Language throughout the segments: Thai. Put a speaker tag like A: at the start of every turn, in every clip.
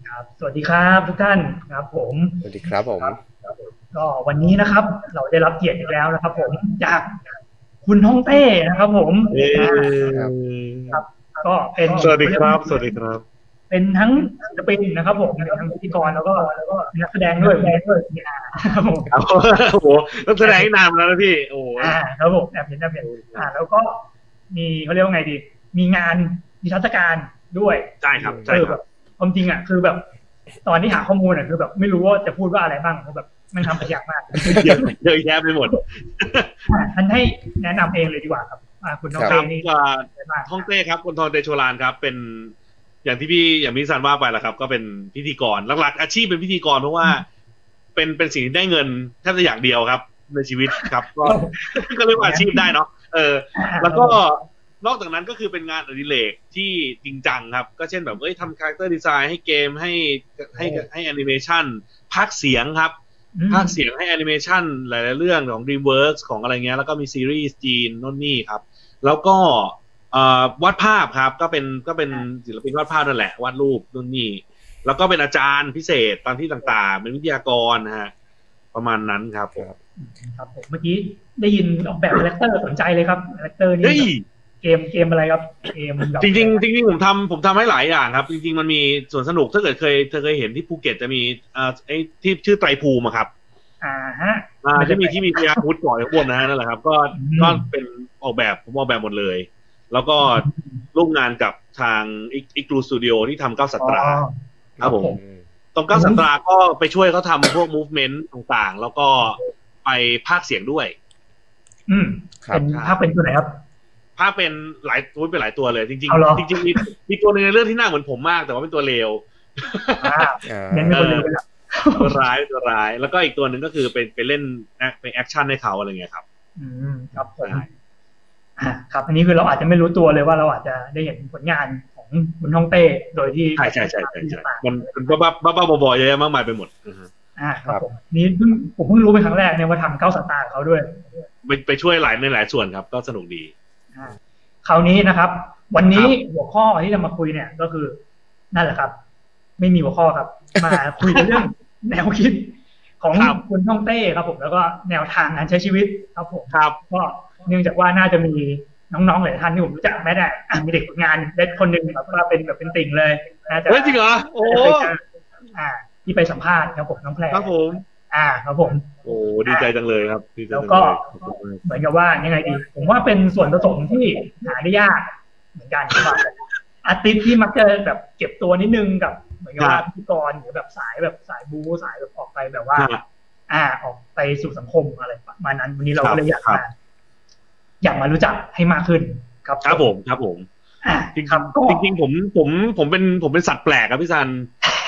A: ครับสวัสดีครับทุกท่านครับผม
B: สวัสดีครับผม
A: ก็วันนี้นะครับเราได้รับเกียรติอีกแล้วนะครับผมจากคุณฮ่องเต้นะครับผม
C: เอ
A: อ่า
B: ครับ
A: ครับก็เป็น
C: สวัสดีครับสวัสดีครับ
A: เป็นทั้งศิลปินนะครับผมเป็นทั้งพิธีกรแล้วก็นักแสดงด้วยครับผม
C: โอ้โหต้องแสดงให้นานแล้วนะพี่โอ้โห
A: ครับผมแอบเห็นแล้วก็มีเขาเรียกว่าไงดีมีงานนิทรรศการด้วย
C: ใช่ครับใช่ค
A: แบ
C: รับ
A: บความจริงอ่ะคือแบบตอนที่หาข้อมูลอ่ะคือแบบไม่รู้ว่าจะพูดว่าอะไรบ้างเพราะแบบมันทำหลายอย่างมาก
C: เยอะแยะไปหมด
A: ท่านให้แนะนำเองเลยดีกว่าครับคุณน้อง
C: ค
A: เต้
C: รับ
A: นี่
C: ท่องเต้ครับคุณทองเตโชลานครับเป็นอย่างพี่ซันว่าไปแหละครับก็เป็นพิธีกรหลักๆอาชีพเป็นพิธีกรเพราะว่าเป็นสิ่งที่ได้เงินแทบจะอย่างเดียวครับในชีวิตครับก็เรียกว่าอาชีพได้เนาะแล้วก็นอกจากนั้นก็คือเป็นงานอดิเรกที่จริงจังครับก็เช่นแบบทำคาแรคเตอร์ดีไซน์ให้เกมให้แอนิเมชันพากย์เสียงครับพากย์เสียงให้แอนิเมชันหลายๆเรื่องของ DreamWorks ของอะไรเงี้ยแล้วก็มีซีรีส์จีนโน่นนี่ครับแล้วก็วาดภาพครับก็เป็นศิลปินวาดภาพนั่นแหละวาดรูปนู่นนี่แล้วก็เป็นอาจารย์พิเศษตามที่ต่างๆเป็นวิทยากรนะฮะประมาณนั้นครับ
A: ครับผมเมื่อกี้ได้ยินออกแบบคาแรคเตอร์สนใจเลยครับคาแรคเตอร์นี่เกมอะไรครับเกม
C: จริงผมทำให้หลายอย่างครับจริงๆมันมีสวนสนุกถ้าเกิดเธอเคยเห็นที่ภูเก็ตจะมีไอ้ที่ชื่อไตรภูมิครับ
A: ฮะ
C: ที่มีพญาครุฑก่อยข้างบนนะนั่นแหละครับก็เป็นออกแบบผมออกแบบหมดเลยแล้วก็ร่วมงานกับทางอีกรูสตูดิโอที่ทำเก้าสัตราครับผมตรงเก้าสัตราก็ไปช่วยเขาทำพวกมูฟเมนต์ต่างๆแล้วก็ไปพากย์เสียงด้วย
A: เป็นภาคเป็นตัวไหนครับ
C: ภาคเป็นหลายตัวเลยจริงๆจริงๆมีตัวนึงในเรื่องที่หน้าเหมือนผมมากแต่ว่าเป็นตัวเลว
A: เป็นคนเลว
C: ตัวร้ายแล้วก็อีกตัวหนึ่งก็คือไปเล่นเป็นแอคชั่นให้เขาอะไรเงี้ยครับ
A: ครับผมครับอันนี้คือเราอาจจะไม่รู้ตัวเลยว่าเราอาจจะได้เห็นผลงานของคุณฮ่องเต้โดยที่
C: ใช่มันบ้าๆบอๆเยอะแยะมากมายไปหมด
A: ครับผมนี่ผมเพิ่งรู้เป็นครั้งแรกเนี่ยว่าทำเก้าสตาร์เขาด้วย
C: ไปช่วยหลายส่วนครับก็สนุกดี
A: คราวนี้นะครับวันนี้หัวข้อที่จะมาคุยเนี่ยก็คือนั่นแหละครับไม่มีหัวข้อครับมาคุยเรื่องแนวคิดของคุณฮ่องเต้ครับผมแล้วก็แนวทางการใช้ชีวิตครับผมก็เนื่องจากว่าน่าจะมีน้องๆหลายท่านที่ผมรู้จักแม้แต่มีเด็กฝึกงานเด็กคนหนึ่งแบบว่าเป็นติ่งเลย
C: นะจ๊ะจริงเหรอโอ้
A: ที่ไปสัมภาษณ์ครับผมน้องแพร
C: ครับผม
A: ครับผม
C: โอ้ดีใจจังเลยครับ
A: แล้วก็เหมือนกับว่ายังไงดีผมว่าเป็นส่วนผสมที่หาได้ยากเหมือนกันครับอาร์ติสที่มักจะแบบเก็บตัวนิดนึงกับเหมือนกับว่าพิธีกรหรือแบบสายบู๊สายแบบออกไปแบบว่าออกไปสู่สังคมอะไรประมาณนั้นวันนี้เราก็เลยอยากมารู้จักให้มากขึ้น
C: ครับผมจริงผมเป็นสัตว์แปลกครับพี่ซัน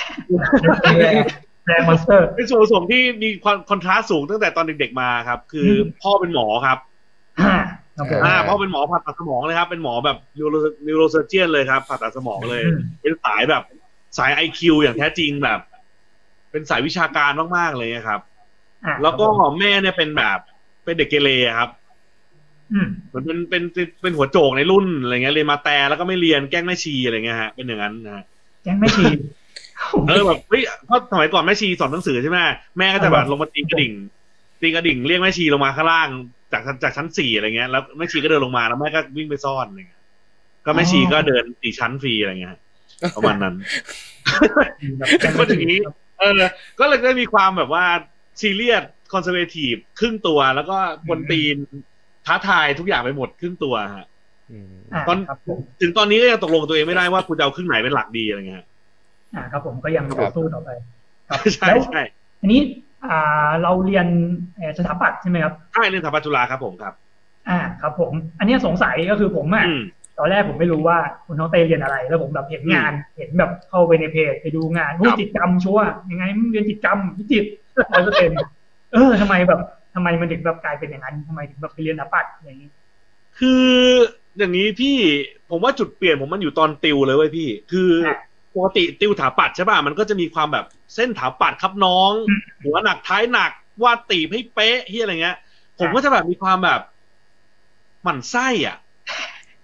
A: แรงมอนสเตอร์
C: เป็นส่วนผสมที่มีคอนทราสต์สูงตั้งแต่ตอนเด็กๆมาครับคือพ่อเป็นหมอครับพ่อเป็นหมอผ่าตัดสมองเลยครับเป็นหมอแบบนิวโรเซอร์เจียนเลยครับผ่าตัดสมองเลยเป็นสายแบบสาย IQ อย่างแท้จริงแบบเป็นสายวิชาการมากๆเลยครับแล้วก็แม่เนี่ยเป็นแบบเป็นเด็กเกเรครับเหมือนเป็นหัวโจกในรุ่นอะไรเงี้ยเรียนมาแต่แล้วก็ไม่เรียนแกล้งแม่ชีอะไรเงี้ยฮะเป็นอย่างนั้นนะ
A: แกล้งแม่ชี
C: แบบเพราะสมัยก่อนแม่ชีสอนหนังสือใช่ไหมแม่ก็จะแบบลงมาตีกระดิ่งเรียกแม่ชีลงมาข้างล่างจากชั้น4อะไรเงี้ยแล้วแม่ชีก็เดินลงมาแล้วแม่ก็วิ่งไปซ่อนอะไรเงี้ยก็แม่ชีก็เดิน4 ชั้นฟรีอะไรเงี้ยประมาณนั้นก็อย่างนี้ก็เลยได้มีความแบบว่าซีเรียสคอนเซอร์เวทีฟครึ่งตัวแล้วก็กวนตีนท้าทายทุกอย่างไปหมดครึ่งตัวฮะถึงตอนนี้ก็ยังตกลงตัวเองไม่ได้ว่าคุณจะเอาครึ่งไหนเป็นหลักดีอะไรเงี้ย
A: ครับผมก็ยังสู้ต่อไป
C: ใช่
A: อันนี้เราเรียนสถาปัตย์ใช่ไหมครับ
C: ใช่เรียนสถาปัตย์จุฬาครับผมครับ
A: ครับผมอันนี้สงสัยก็คือผมตอนแรกผมไม่รู้ว่าคุณน้องเต้เรียนอะไรแล้วผมแบบเห็นงานเห็นแบบเข้าไปในเพจไปดูงานจิตรกรรมชัวร์ยังไงเรียนจิตรกรรมพิจิตร100%ทำไมมันถึงแบบกลายเป็นอย่างนั้นทำไมถึงแบบไปเรียนสถาปัตย์อย่างนี้
C: คืออย่างนี้พี่ผมว่าจุดเปลี่ยนผมมันอยู่ตอนติวเลยเว้ยพี่คือปกติติวถาปัดใช่ป่ะมันก็จะมีความแบบเส้นถาปัดครับน้องหัวหนักท้ายหนักวาดตีบให้เป๊ะที่อะไรเงี้ยผมก็จะแบบมีความแบบหมั่นไส้อ่ะ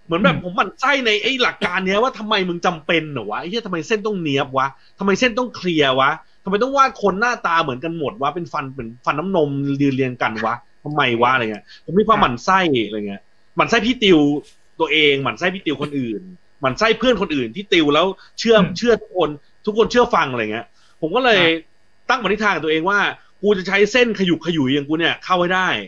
C: เหมือนแบบผมหมั่นไส้ในไอ้หลักการเนี้ยว่าทำไมมึงจำเป็นเหรอวะไอ้เหี้ยทำไมเส้นต้องเนียบวะทำไมเส้นต้องเคลียร์วะทำไมต้องวาดคนหน้าตาเหมือนกันหมดวะเป็นฟันเป็นฟันน้ำนมเรียงกันวะทำไมวะอะไรเงี้ยผมมีความหมั่นไส้อะไรเงี้ยหมั่นไส้พี่ติวตัวเองหมั่นไส้พี่ติวคนอื่นหมั่นไส้เพื่อนคนอื่นที่ติวแล้วเชื่อทุกคนเชื่อฟังอะไรเงี้ยผมก็เลยตั้งปณิธานกับตัวเองว่ากูจะใช้เส้นขยุยอย่างกูเนี่ยเข้าให้ได้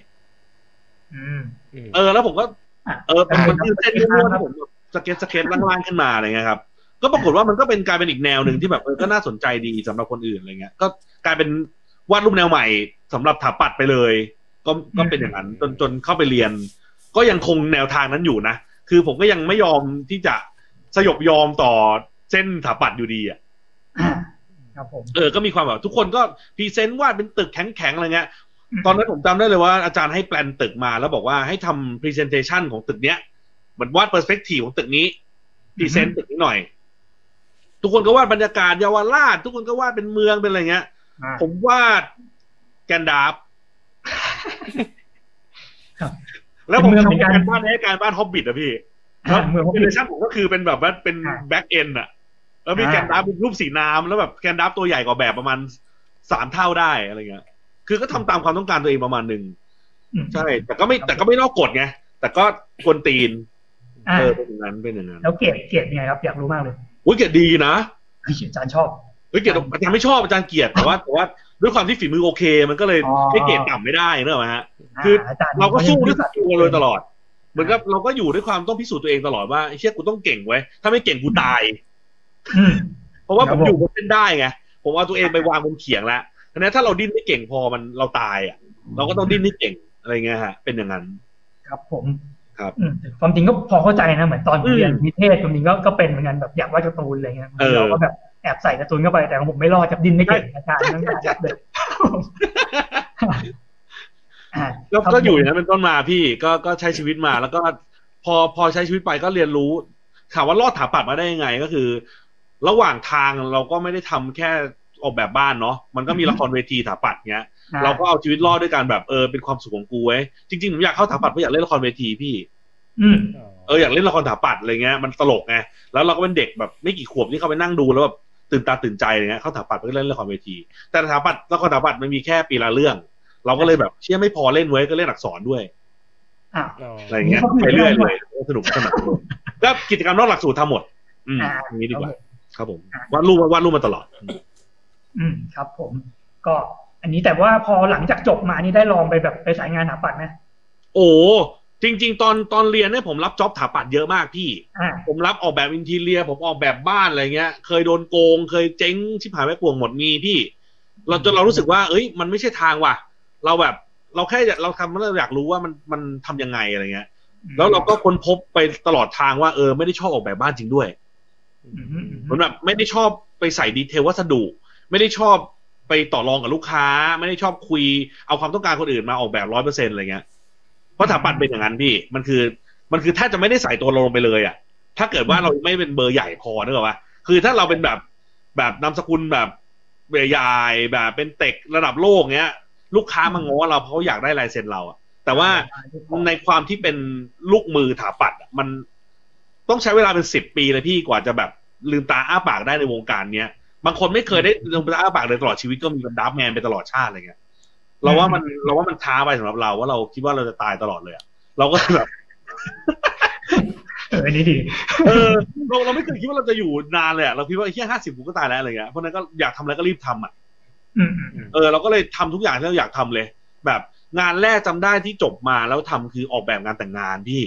C: แล้วผมก็เป็นคนที่เส้นม้วนๆผมสเก็ตล่างๆขึ้นมาอะไรเงี้ยครับก็ปรากฏว่ามันก็เป็นกลายเป็นอีกแนวหนึ่งที่แบบก็น่าสนใจดีสำหรับคนอื่นอะไรเงี้ยก็กลายเป็นวาดรูปแนวใหม่สำหรับถาปัดไปเลยก็เป็นอย่างนั้นจนเข้าไปเรียนก็ยังคงแนวทางนั้นอยู่นะคือผมก็ยังไม่ยอมที่จะสยบยอมต่อเส้นถาปัดอยู่ดีอ่ะ
A: ครับผม
C: ก็มีความแบบทุกคนก็พรีเซนต์วาดเป็นตึกแข็งๆอะไรเงี้ยตอนนั้นผมจำได้เลยว่าอาจารย์ให้แปลนตึกมาแล้วบอกว่าให้ทำพรีเซนเทชันของตึกเนี้ยเหมือนวาดเปอร์สเปกทีฟของตึกนี้พรีเซนต์ตึกนี้หน่อยทุกคนก็วาดบรรยากาศเยาวราชทุกคนก็วาดเป็นเมืองเป็นอะไรเงี้ยผมวาดแกนดาฟแล้วผมทำการบ้านให้การบ้านฮอบบิทอะพี่แล้วพรีเซนเทชันผมก็คือเป็นแบบว่าเป็นแบ็กเอนด์อะแล้วมีแกนดาฟเป็นรูปสีน้ำแล้วแบบแกนดาฟตัวใหญ่กว่าแบบประมาณ3 เท่าได้อะไรเงี้ยคือก็ทำตามความต้องการตัวเองประมาณนึงใช่แต่ก็ไม่นอกกฎไงแต่ก็กวนตีนเป็นอย่างนั้น
A: แล้วเกรดยังไงครับอยากรู้มากเลย
C: อุ้ยเกรดดีนะ
A: อาจารย์ชอบ
C: เกรดอาจารย์ไม่ชอบอาจารย์เกลียดแต่ว่าด้วยความที่ฝีมือโอเคมันก็เลยให้เกรดต่ำไม่ได้เนอะฮะคือเราก็สู้ด้วยตัวเลยตลอดเหมือนกับเราก็อยู่ด้วยความต้องพิสูจน์ตัวเองตลอดว่าไอ้เชี่ยกูต้องเก่งไว้ถ้าไม่เก่งกูตายเพราะว่าผมอยู่บนเส้นได้ไงผมเอาตัวเองไปวางบนเขียงแล้วฉะนั้นถ้าเราดิ้นไม่เก่งพอมันเราตายอ่ะเราก็ต้องดิ้นให้เก่งอะไรเงี้ยฮะเป็นอย่างนั้น
A: ครับผมครับความจริงก็พอเข้าใจนะเหมือนตอนเรียนนิเทศความจริงก็เป็นเหมือนกันแบบอยากวาดการ์ตูนอะไรเงี้ยเราก็แบบแอบใส่การ์ตูนเข้าไปแต่ผมไม่รอดจับดิ้นไม่เก่งอาจารย์นั่งจับเลย
C: ก็อยู่อย่างนั้นเป็นต้นมาพี่ก็ใช้ชีวิตมาแล้วก็พอใช้ชีวิตไปก็เรียนรู้ถามว่ารอดถาปัดมาได้ยังไงก็คือระหว่างทางเราก็ไม่ได้ทำแค่ออกแบบบ้านเนาะมันก็มีละครเวทีถาปัดเงี้ยเราก็เอาชีวิตรอดด้วยการแบบเป็นความสุขของกูไว้จริงๆผมอยากเข้าถาปัดเพราะอยากเล่นละครเวทีพี่อยากเล่นละครถาปัดอะไรเงี้ยมันตลกไงแล้วเราก็เป็นเด็กแบบไม่กี่ขวบที่เข้าไปนั่งดูแล้วแบบตื่นตาตื่นใจอะไรเงี้ยเข้าถาปัดเพื่อเล่นละครเวทีแต่ถาปัดละครถาปัดมันมีแค่ปีละเรื่องเราก็เลยแบบเชื่อไม่พอเล่นไว้ก็เล่นอักษรด้วยอะไรเงี้ยไปเรื่อยเลยสนุกแล้วกิจกรรมนอกหลักสูตรทำหมดนี้ดีกว่าครับผมวาดรูปมาตลอด
A: ครับผมก็อันนี้แต่ว่าพอหลังจากจบมานี่ได้ลองไปแบบไปสายงานถาปัดไหม
C: โอ้จริงๆตอนเรียนเนี่ยผมรับจ็อบถาปัดเยอะมากพี่ผมรับออกแบบอินทีเรียผมออกแบบบ้านอะไรเงี้ยเคยโดนโกงเคยเจ๊งชิบหายแม่กวงหมดมีพี่เรารู้สึกว่ามันไม่ใช่ทางว่ะเราแบบเราแค่เราทำเราอยากรู้ว่ามันทำยังไงอะไรเงี้ยแล้วเราก็ค้นพบไปตลอดทางว่าไม่ได้ชอบออกแบบบ้านจริงด้วยเหมือนแบบไม่ได้ชอบไปใส่ดีเทลวัสดุไม่ได้ชอบไปต่อรองกับลูกค้าไม่ได้ชอบคุยเอาความต้องการคนอื่นมาออกแบบ 100% อะไรเงี้ยเพราะถาปัดเป็นอย่างนั้นพี่มันคือแทบจะไม่ได้ใส่ตัวลงไปเลยอ่ะถ้าเกิดว่าเราไม่เป็นเบอร์ใหญ่พอนึกออกป่ะคือถ้าเราเป็นแบบนามสกุลแบบเบอร์ใหญ่แบบเป็นเต็กระดับโลกเงี้ยลูกค้ามาง้อเราเพราะอยากได้ลายเซ็นเราอ่ะแต่ว่าในความที่เป็นลูกมือถาปัดมันต้องใช้เวลาเป็น10 ปีเลยพี่กว่าจะแบบลืมตาอ้าปากได้ในวงการเนี้ยบางคนไม่เคยได้ลืมตาอ้าปากเลยตลอดชีวิตก็มีเป็นดับแมนไปตลอดชาติอะไรเงี้ยเราว่ามันท้าไปสำหรับเราว่าเราคิดว่าเราจะตายตลอดเลยอ่ะเราก็แบบ
A: อันนี้ดี
C: เราไม่เคยคิดว่าเราจะอยู่นานเลยอ่ะเราคิดว่าแค่50กูก็ตายแล้วอะไรเงี้ยเพราะนั้นก็อยากทำอะไรก็รีบทำอ่ะเราก็เลยทำทุกอย่างที่เราอยากทำเลยแบบงานแรกจำได้ที่จบมาแล้วทำคือออกแบบงานแต่งงานพี่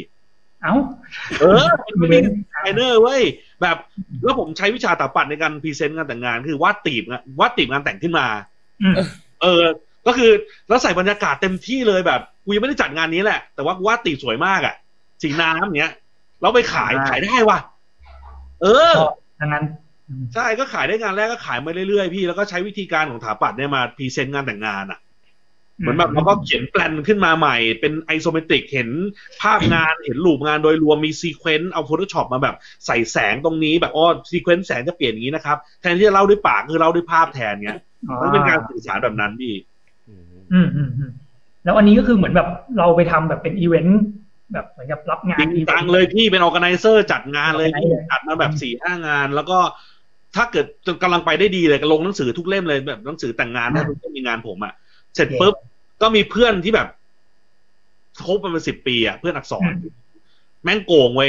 C: เป็นดีไซเนอร์เว้ยแบบแล้วผมใช้วิชาถาปัดในการพรีเซนต์งานแต่งงานคือวาดตีบงานแต่งขึ้นมาก็คือแล้วใส่บรรยากาศเต็มที่เลยแบบกูยังไม่ได้จัดงานนี้แหละแต่ว่ากูวาดตีบสวยมากอ่ะสีน้ำอย่างเงี้ยแล้วไปขายได้ว่ะ
A: ดังนั้น
C: ใช่ก็ขายได้งานแรกก็ขายมาเรื่อยๆพี่แล้วก็ใช้วิธีการของถาปัดเนี่ยมาพรีเซนต์งานแต่งงานอ่ะเหมือนแบบเราก็เขียนแปลนขึ้นมาใหม่เป็นไอโซเมตริกเห็นภาพงานเห็นรูปงานโดยรวมมีซีเควนซ์เอา Photoshop มาแบบใส่แสงตรงนี้แบบซีเควนซ์แสงจะเปลี่ยนอย่างนี้นะครับแทนที่จะเล่าด้วยปากคือเล่าด้วยภาพแทนเงี้ยมันเป็นการสื่อสารแบบนั้นพี่
A: แล้วอันนี้ก็คือเหมือนแบบเราไปทำแบบเป็นอีเวนต์แบบเหมือนกับรับงา
C: จ
A: น
C: ริงจังเลยพี่เป็นออร์แกไนเซอร์จัดงานเลยจัดมาแบบ4-5 งานแล้วก็ถ้าเกิดกำลังไปได้ดีเลยก็ลงหนังสือทุกเล่มเลยแบบหนังสือแต่งงานถ้าทุกเล่มมีงานผมเสร็จปุ๊บก็มีเพื่อนที่แบบคบมาเป็น10 ปีเพื่อนอักษรแม่งโกงเว้ย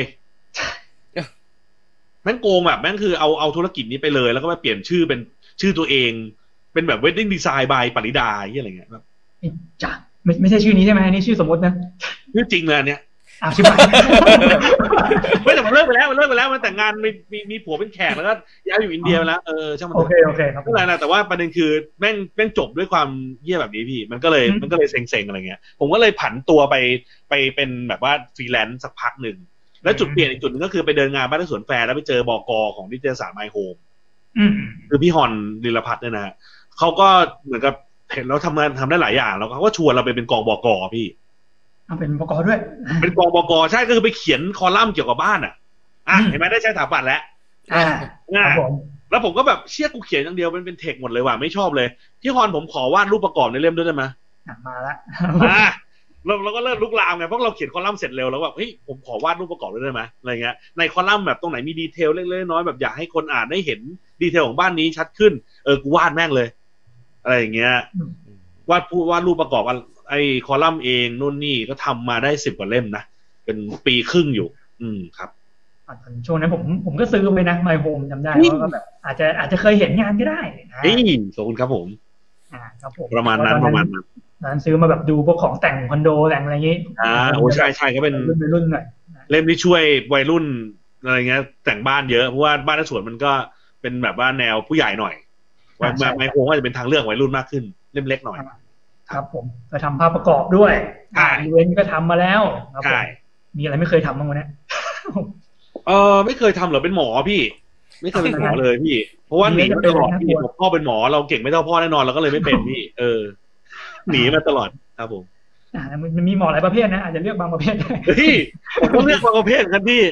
C: แม่งโกงแบบแม่งคือเอาธุรกิจนี้ไปเลยแล้วก็ไปเปลี่ยนชื่อเป็นชื่อตัวเองเป็นแบบ wedding design by ปริดาอะไรเงี้ยแบบ
A: จ้ะไม่ใช่ชื่อนี้ใช่ไหมนี่ชื่อสมมตินะ
C: ชื่อจริงเลยเนี่ย
A: ใช่ไหม
C: ไม่แต่มันเลิกไปแล้วมันแต่งงานมีผัวเป็นแขกแล้วก็ย้ายอยู่อินเดียแล้วช่างมัน
A: โอเคครับ
C: ไม่เป็นไรนะแต่ว่าประเด็นคือแม่งจบด้วยความเยี่ยแบบนี้พี่มันก็เลยเซ็งๆอะไรเงี้ยผมก็เลยผันตัวไปเป็นแบบว่าฟรีแลนซ์สักพักหนึ่งแล้วจุดเปลี่ยนอีกจุดนึงก็คือไปเดินงานบ้านสวนแฟร์แล้วไปเจอบก.ของนิตยสารไมโฮมคือพี่ฮอนลิลพัฒน์เนี่ยนะเขาก็เหมือนกับเห็นเราทำได้หลายอย่างแล้วเขาก็ชวนเราไปเป็นกองบก.พี่
A: เป็นบก.ด้วย
C: เป็นกองบก.ใช่ก็คือไปเขียนคอลัมน์เกี่ยวกับบ้านเห็นไหมได้ใช้สถาปัตย์แล้วแล้วผมก็แบบเชี่ยกูเขียนอย่างเดียวเป็นเทคหมดเลยว่ะไม่ชอบเลยพี่ฮอนผมขอวาดรูปประกอบในเล่มด้วยได้ไหม
A: มาละ
C: เราก็เริ่มลุกลามไงเพราะเราเขียนคอลัมน์เสร็จเร็วแล้วแบบเฮ้ยผมขอวาดรูปประกอบด้วยได้ไหมอะไรเงี้ยในคอลัมน์แบบตรงไหนมีดีเทลเล็กๆน้อยแบบอยากให้คนอ่านได้เห็นดีเทลของบ้านนี้ชัดขึ้นกูวาดแม่งเลยอะไรอย่างเงี้ยวาดรูปประกอบไอ้คอลัมน์เองนู่นนี่ก็ทำมาได้10 กว่าเล่มนะเป็นปีครึ่งอยู่ครับ
A: ช่วงนั้นผมก็ซื้อไปนะ My Home จำได้แล้วก็แบบอาจจะเคยเห็นงานก็ได้
C: ขอบคุณครับผม
A: ครับผม
C: ประมาณนั้น
A: นั้นซื้อมาแบบดูพวกของแต่งคอนโดแต่งอะไรอย่างงี้
C: โอ้ใช่ก็เป็น
A: รุ่นหน่อย
C: เล่มที่ช่วยวัยรุ่นอะไรเงี้ยแต่งบ้านเยอะเพราะว่าบ้านสวนมันก็เป็นแบบว่าแนวผู้ใหญ่หน่อยไมโครก็จะเป็นทางเลือกวัยรุ่นมากขึ้นเล่มเล็กหน่อย
A: ครับผมก็ทำภาพประกอบด้วยอีเวนต์ก็ทำมาแล้วครับผมมีอะไรไม่เคยทำบ้างวะเนี่ย
C: ไม่เคยทำเหรอเป็นหมอพี่ไม่เคยเป็นหมอเลยพี่เพราะว่าหนีมาตลอดพี่พ่อเป็นหมอเราเก่งไม่เท่าพ่อแน่นอนเราก็เลยไม่เป็นพี่หนีมาตลอดครับผม
A: มันมีหมอหลายประเภทนะอาจจะเลือกบางประเภทได้
C: พี่ผมต้องเลือกบางประเภทกันพี่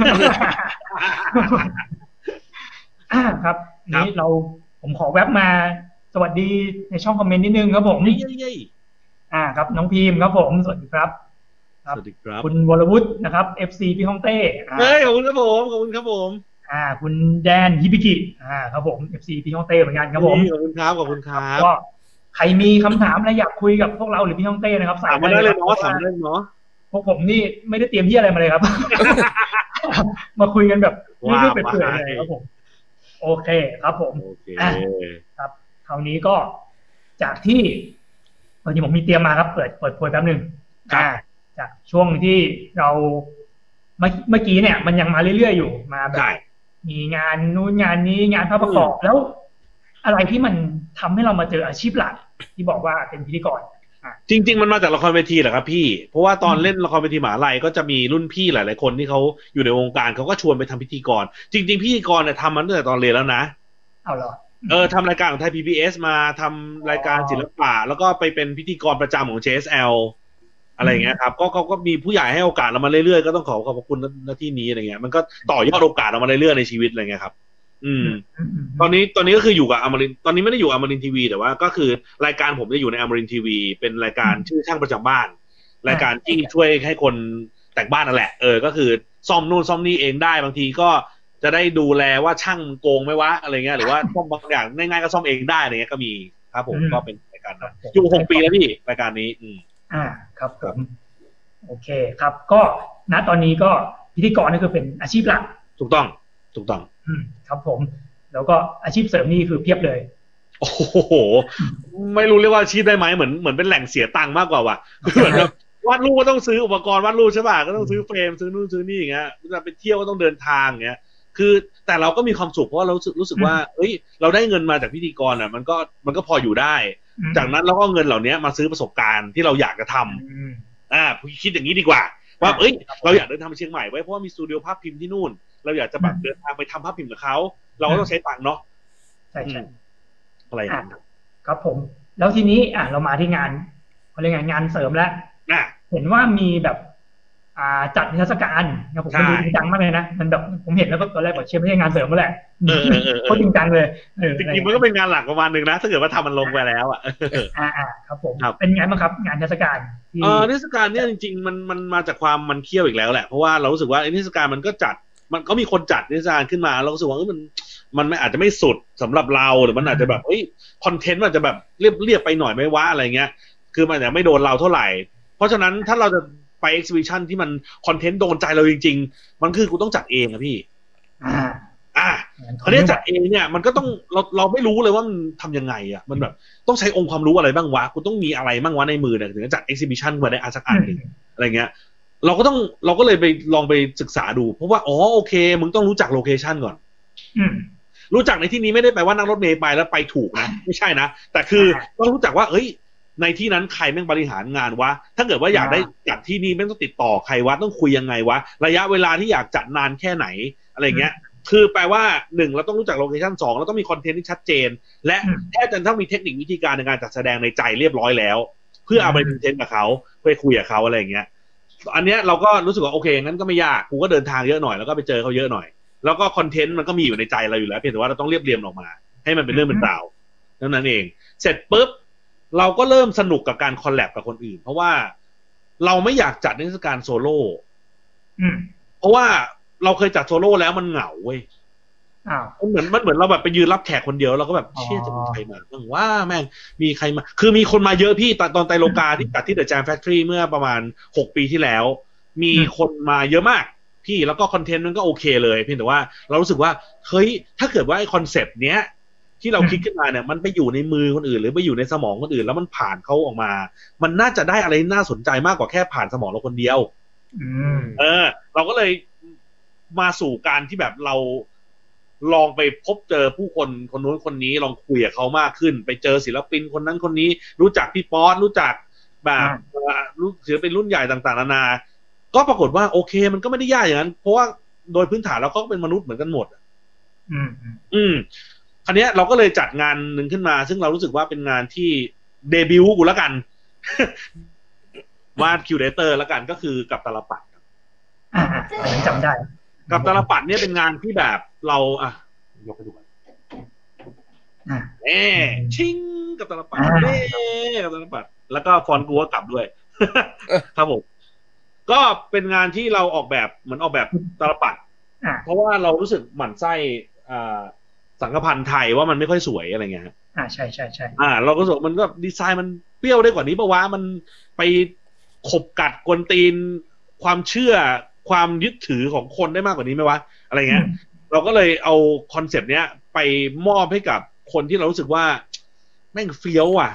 A: ครับนี้ผมขอแว็บมาสวัสดีในช่องคอมเมนต์นิดนึงครับผมครับน้องพีมครับผมสวัสดีครับ
C: สวัสดีครับ
A: คุณวรวุฒินะครับ FC พี่ฮ่องเต้
C: ขอบคุณครับผมขอบคุณครับผม
A: คุณแดนฮิบิกิครับผม FC พี่ฮ่องเต้เหมือนกันครับผม
C: ขอบคุณครับขอบคุณครับ
A: ก็ใครมีคำถามอะไรอยากคุยกับพวกเราหรือพี่ฮ่องเต้นะครับ
C: ถามมาได้เลยเนาะถามได้เนาะ
A: พวกผมนี่ไม่ได้เตรียมที่อะไรมาเลยครับมาคุยกันแบบไม่ได้เปื่อยๆเลยครับผมโอเคครับผมครับคราวนี้ก็จากที่วันนี้ผมมีเตรียมมาครับเปิดโพยแป๊บนึงจากช่วงที่เราเมื่อกี้เนี่ยมันยังมาเรื่อยๆอยู่มาแบบมีงานนู้นงานนี้งานภาพประกอบแล้วอะไรที่มันทำให้เรามาเจออาชีพหลักที่บอกว่าเป็นพิธีกร
C: จริงๆมันมาจากละครเวทีแหละครับพี่เพราะว่าตอนเล่นละครเวทีมหาลัยก็จะมีรุ่นพี่หลายๆคนที่เขาอยู่ในวงการเขาก็ชวนไปทำพิธีกรจริงๆพิธีกรเนี่ยทำมาตั้งแต่ตอนเรียนแล้วนะ
A: เอาเหรอ
C: ทำรายการของไทย PBS มาทำรายการศิลปะแล้วก็ไปเป็นพิธีกรประจำของ JSL อะไรเงี้ยครับก็มีผู้ใหญ่ให้โอกาสเรามาเรื่อยๆก็ต้องขอบคุณหน้าที่นี้อะไรเงี้ยมันก็ต่อยอดโอกาสเรามาเรื่อยๆในชีวิตอะไรเงี้ยครับตอนนี้ก็คืออยู่กับอมรินทร์ตอนนี้ไม่ได้อยู่อมรินทร์ทีวีแต่ว่าก็คือรายการผมจะอยู่ในอมรินทร์ทีวีเป็นรายการชื่อช่างประจำบ้านรายการที่ช่วยให้คนแต่งบ้านนั่นแหละก็คือซ่อมนู่นซ่อมนี่เองได้บางทีก็จะได้ดูแลว่าช่างโกงไหมวะอะไรเงี้ยหรือว่าซ่อมบางอย่างง่ายๆก็ซ่อมเองได้อะไรเงี้ยก็มีครับผมก็เป็นรายการอยู่6 ปีแล้วพี่รายการนี้
A: ครับผมโอเคครับก็ณตอนนี้ก็พิธีกรนี่คือเป็นอาชีพหลัก
C: ถูกต้อง
A: ครับผมแล้วก็อาชีพเสริมนี่คือเพียบเลย
C: โอ้โหไม่รู้เรียกว่าอาชีพได้ไหมเหมือนเป็นแหล่งเสียตังค์มากกว่าว่ะเหมือนแบบวาดรูปก็ต้องซื้ออุปกรณ์วาดรูปใช่ป่ะก็ต้องซื้อเฟรมซื้อนู่นซื้อนี่อย่างเงี้ยจะไปเที่ยวก็ต้องเดินทางอย่างเงี้ยคือแต่เราก็มีความสุขเพราะเรารู้สึกว่าเฮ้ยเราได้เงินมาจากพิธีกรมันก็พออยู่ได้จากนั้นเราก็เงินเหล่านี้มาซื้อประสบการณ์ที่เราอยากจะทำคิดอย่างนี้ดีกว่าว่าเราอยากเดินทางไปเชียงใหม่ไว้เพราะว่ามีสตูดิโอภาพพิมพ์ที่นู่นเราอยากจะแบบเดินทางไปทำภาพพิมพ์กับเขาเราก็ต้องใช้ตังค์เนาะ
A: ใช่
C: อะไร
A: ครับผมแล้วทีนี้เรามาที่งานเขาเรียกงานเสริมแล้วเห็นว่ามีแบบจัดนิทรรศการนะผมดูจริงจังมากเลยนะมันแบบผมเห็นแล้วก็ตอนแรกบอกเชื่อไม่ใช่งานเสริมมาแหละเขาจริงจังเลย
C: จริงๆมันก็เป็นงานหลักประมาณนึงนะถ้าเกิดว่าทำมันลงไปแล้ว
A: ครับผมเป็นไงบ้างครับงานนิทรรศการ
C: นิทรรศการเนี่ยจริงๆมันมาจากความมันเคี่ยวอีกแล้วแหละเพราะว่าเรารู้สึกว่านิทรรศการมันก็จัดมันก็มีคนจัดนิทรรศการขึ้นมาเรารู้สึกว่ามันไม่อาจจะไม่สุดสำหรับเราหรือมันอาจจะแบบคอนเทนต์มันอาจจะแบบเรียบไปหน่อยไม่ว่าอะไรเงี้ยคือมันอาจจะไม่โดนเราเท่าไหร่เพราะฉะนั้นถ้าเราจะไป exhibition ที่มันคอนเทนต์โดนใจเราจริงๆมันคือกูต้องจัดเองอะพี่เขาเรียกจัดเองเนี่ยมันก็ต้องเราไม่รู้เลยว่ามันทำยังไงอะมันแบบต้องใช้องค์ความรู้อะไรบ้างวะกูต้องมีอะไรบ้างวะในมือเนี่ยถึงจะจัด exhibition มาได้สักอันนึงอะไรเงี้ยเราก็เลยไปลองไปศึกษาดูเพราะว่าโอเคมึงต้องรู้จักโลเคชันก่อนรู้จักในที่นี้ไม่ได้แปลว่านั่งรถเมล์ไปแล้วไปถูกนะไม่ใช่นะแต่คือต้องรู้จักว่าในที่นั้นใครแม่งบริหารงานวะถ้าเกิดว่าอยากได้จัดที่นี่แม่งต้องติดต่อใครวะต้องคุยยังไงวะระยะเวลาที่อยากจัดนานแค่ไหนอะไรเงี้ยคือแปลว่า1เราต้องรู้จักโลเคชั่น2เราต้องมีคอนเทนต์ที่ชัดเจนและแค่จะต้องมีเทคนิควิธีการในการจัดแสดงในใจเรียบร้อยแล้วเพื่อเอาไปพรีเซนต์กับเขาเพื่อคุยกับเขาอะไรเงี้ยอันเนี้ยเราก็รู้สึกว่าโอเคงั้นก็ไม่ยากกูก็เดินทางเยอะหน่อยแล้วก็ไปเจอเขาเยอะหน่อยแล้วก็คอนเทนต์มันก็มีอยู่ในใจเราอยู่แล้วเพียงแต่ว่าเราต้องเรียบเรียงออกมาให้มันเป็นเรื่องเป็นราวนั้นเองเสร็จปุ๊บเราก็เริ่มสนุกกับการคอลแลบกับคนอื่นเพราะว่าเราไม่อยากจัดนิทรรศการโซโล่เพราะว่าเราเคยจัดโซโล่แล้วมันเหงาเว้ยมันเหมือนเราแบบไปยืนรับแขกคนเดียวเราก็แบบเชี่ยจะมีใครมาบ้างว่าแม่งมีใครมาคือมีคนมาเยอะพี่ตอนไตรโลกาที่จัดที่เดอะแจมแฟคทอรี่เมื่อประมาณ6 ปีที่แล้วมีคนมาเยอะมากพี่แล้วก็คอนเทนต์มันก็โอเคเลยเพียงแต่ว่าเรารู้สึกว่าเฮ้ยถ้าเกิดว่าไอคอนเซปต์เนี้ยที่เราคิดขึ้นมาเนี่ยมันไปอยู่ในมือคนอื่นหรือไปอยู่ในสมองคนอื่นแล้วมันผ่านเขาออกมามันน่าจะได้อะไรน่าสนใจมากกว่าแค่ผ่านสมองเราคนเดียวเราก็เลยมาสู่การที่แบบเราลองไปพบเจอผู้คนคนนู้นคนนี้ลองคุยกับเขามากขึ้นไปเจอศิลปินคนนั้นคนนี้รู้จักพี่ป๊อตรู้จักแบบศิลปินรุ่นใหญ่ต่างๆนานาก็ปรากฏว่าโอเคมันก็ไม่ได้ยากอย่างนั้นเพราะว่าโดยพื้นฐานเราก็เป็นมนุษย์เหมือนกันหมดคราวนี้เราก็เลยจัดงานหนึ่งขึ้นมาซึ่งเรารู้สึกว่าเป็นงานที่เดบิวต์กูแล้วกันวาดคิวเรเตอร์แล้วกันก็คือกับตาลปัด
A: จำได้
C: กับตาลปัดเนี่ยเป็นงานที่แบบเรายกไปดูกันชิงกับตาลปัดกับตาลปัดแล้วก็ฟอนต์กูก็กลับด้วยครับผมก็เป็นงานที่เราออกแบบเหมือนออกแบบตาลปัดเพราะว่าเรารู้สึกหมั่นไส้สังกพันธ์ไทยว่ามันไม่ค่อยสวยอะไรเงี้ย
A: ใช่
C: เราก็รู้สึกมันก็ดีไซน์มันเปรี้ยวได้กว่านี้ปะวะมันไปขบกัดกวนตีนความเชื่อความยึดถือของคนได้มากกว่านี้ไหมวะอะไรเงี้ยเราก็เลยเอาคอนเซปต์เนี้ยไปมอบให้กับคนที่เรารู้สึกว่าแม่งเฟี้ยวอ่ะ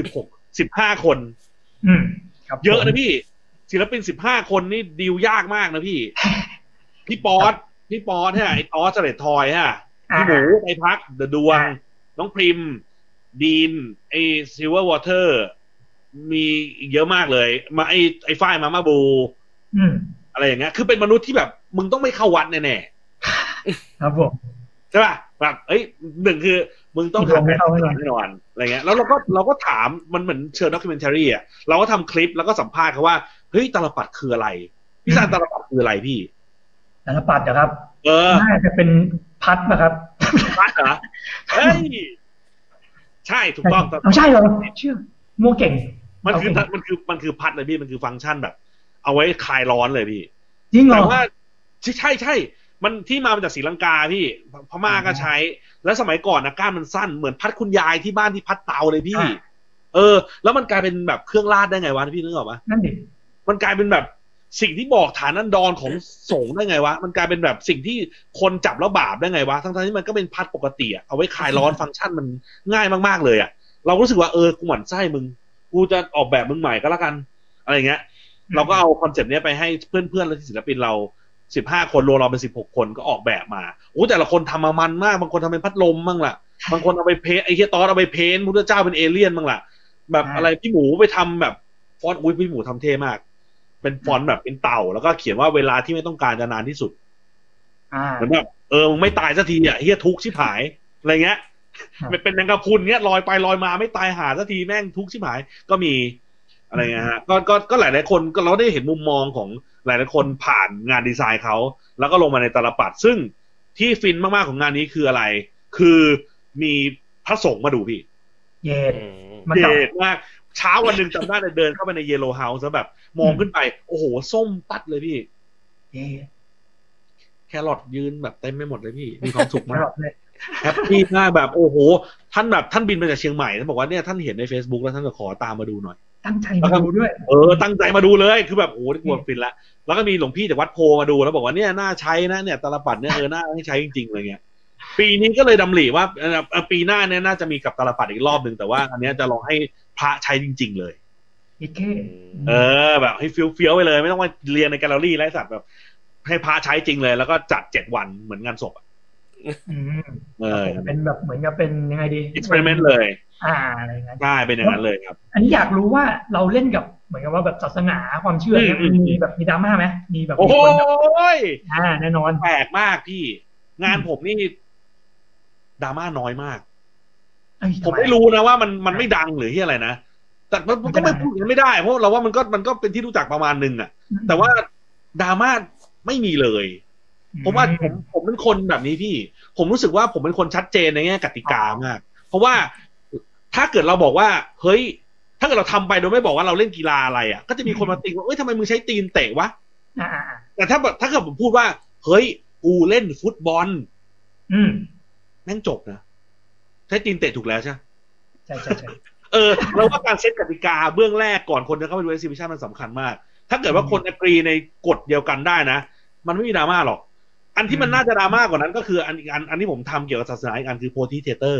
C: 15 คนเยอะนะพี่ศิลปิน15 คนนี่ดีลยากมากนะพี่ป๊อตฮะไอ้ออสเรตทอยฮะพี่หมูไอพักเดอะดวงน้องพริมดีนไอซิลเวอร์วอเตอร์มีเยอะมากเลยมาไอฝ้ายมาบูอะไรอย่างเงี้ยคือเป็นมนุษย์ที่แบบมึงต้องไม่เข้าวัดแน่
A: ๆครับผม
C: ใช่ป่ะแบบหนึ่งคือมึงต้องทำแน่นอนอะไรเงี้ยแล้วเราก็ถามมันเหมือนเชิญด็อกิเมนทารีอ่ะเราก็ทำคลิปแล้วก็สัมภาษณ์เขาว่าเฮ้ยตาลปัดคืออะไรพี่ซานตาลปัดคืออะไรพี่
A: ตาลปัดนะครับน่าจะเป็นพัดนะครับ
C: พัดเหรอเฮ้ยใช่ถูกต้อง
A: ใช่เหรอเชื่อมั่วเก่ง
C: มันคือพัดเลยพี่มันคือฟังก์ชันแบบเอาไว้คลายร้อนเลยพี่
A: จริงเหรอ
C: แต่ว่าใช่มันที่มาจากศรีลังกาพี่พม่าก็ใช้แล้วสมัยก่อนนะก้านมันสั้นเหมือนพัดคุณยายที่บ้านที่พัดเตาเลยพี่แล้วมันกลายเป็นแบบเครื่องราดได้ไงวะพี่นึกออกปะ
A: นั่นดิ
C: มันกลายเป็นแบบสิ่งที่บอกฐานันดรของสงฆ์ได้ไงวะมันกลายเป็นแบบสิ่งที่คนจับแล้วบาปได้ไงวะทั้งที่มันก็เป็นพัดปกติเอาไว้คลายร้อนฟังก์ชันมันง่ายมากๆเลยเรารู้สึกว่ากูหมั่นไส้มึงกูจะออกแบบมึงใหม่ก็แล้วกันอะไรเงี้ยเราก็เอาคอนเซปต์นี้ไปให้เพื่อนๆและศิลปินเรา15 คนรวมเราเป็น16 คนก็ออกแบบมาแต่ละคนทำมามันมากบางคนทำเป็นพัดลมบ้างล่ะบางคนเอาไปเพ้นไอ้เหี้ยตอสเอาไปเพ้นพุทธเจ้าเป็นเอเลี่ยนบ้างล่ะแบบอะไรพี่หมูไปทำแบบฟอนต์พี่หมูทำเท่มากเป็นฟอนต์แบบเป็นเต่าแล้วก็เขียนว่าเวลาที่ไม่ต้องการจะนานที่สุดเหมือนแบบมึงไม่ตายสักทีเหี้ยทุกข์ชิบหายอะไรเงี้ยมันเป็นแมงกะพรุนเงี้ยลอยไปลอยมาไม่ตายหาสักทีแม่งทุกข์ชิบหายก็มีอะไรเงี้ยฮะก็หลายๆคนก็เราได้เห็นมุมมองของหลายๆคนผ่านงานดีไซน์เขาแล้วก็ลงมาในตาลปัดซึ่งที่ฟินมากๆของงานนี้คืออะไรคือมีพระสงฆ์มาดูพี่
A: เย็ด
C: เย็ดมากเช้าวันหนึ่งจำได้เลยเดินเข้าไปในเยลโลว์เฮาส์แล้วแบบมองขึ้นไปโอ้โหส้มปัดเลยพี่แครอทยืนแบบเต็มไม่หมดเลยพี่มีความสุขมากแฮปปี้มากแบบโอ้โหท่านบินมาจากเชียงใหม่ท่านบอกว่าเนี่ยท่านเห็นใน Facebook แล้วท่านจะขอตามมาดูหน่อย
A: ตั้งใจมาดูด้วย
C: ตั้งใจมาดูเลยคือแบบโอ้โหที่กลัวฟินละแล้วก็มีหลวงพี่จากวัดโพมาดูแล้วบอกว่าเนี่ยน่าใช้นะเนี่ยตาลปัดเนี่ยน่าให้ใช้จริงๆอะไรเงี้ยปีนี้ก็เลยดำริว่าปีหน้าเนี่ยน่าจะมีกับตาลปัดอีกรอบนึงแต่ว่าอันนี้จะลองให้พระใช้จริงๆเลยแบบให้เฟี้ยวๆไปเลยไม่ต้องมาเรียนในแกลเลอรี่ไร้สัตว์แบบให้พระใช้จริงเลยแล้วก็จัด7 วันเหมือนงานศพ
A: เป็นแบบเหมือนกับเป็นยังไงดี
C: experiment เลย
A: อะไรเงี้ย
C: ใช่เป็นอย่างนั้นเลยครับ
A: อันนี้อยากรู้ว่าเราเล่นกับเหมือนกับว่าแบบศาสนาความเชื่อเนี่ยมีแบบมีดราม่าไหมมีแบบ
C: โอ้ย
A: แน่นอน
C: แปลกมากพี่งานผมนี่ดราม่าน้อยมากผมไม่รู้นะว่ามันไม่ดังหรือที่อะไรนะแต่มันก็ไม่พูดกันไม่ได้เพราะเราว่ามันก็เป็นที่รู้จักประมาณนึงอ่ะแต่ว่าดราม่าไม่มีเลยผมว่าผมเป็นคนแบบนี้พี่ผมรู้สึกว่าผมเป็นคนชัดเจนในแง่กติกามากเพราะว่าถ้าเกิดเราบอกว่าเฮ้ยถ้าเกิดเราทำไปโดยไม่บอกว่าเราเล่นกีฬาอะไรอ่ะก็จะมีคนมาติงว่าเอ้ยทำไมมึงใช้ตีนเตะวะแต่ถ้าเกิดผมพูดว่าเฮ้ยกูเล่นฟุตบอลแม่งจบนะใช้ตีนเตะถูกแล้วใช่
A: ใช่
C: เราว่าการเซตกติกาเบื้องแรกก่อนคนจะเข้าไปดู exhibition มันสำคัญมากถ้าเกิดว่าคนagreeในกฎเดียวกันได้นะมันไม่มีดราม่าหรอกอันที่มันน่าจะดราม่ากว่านั้นก็คืออันที่ผมทำเกี่ยวกับศาสนาอีกอันคือ Poti Theater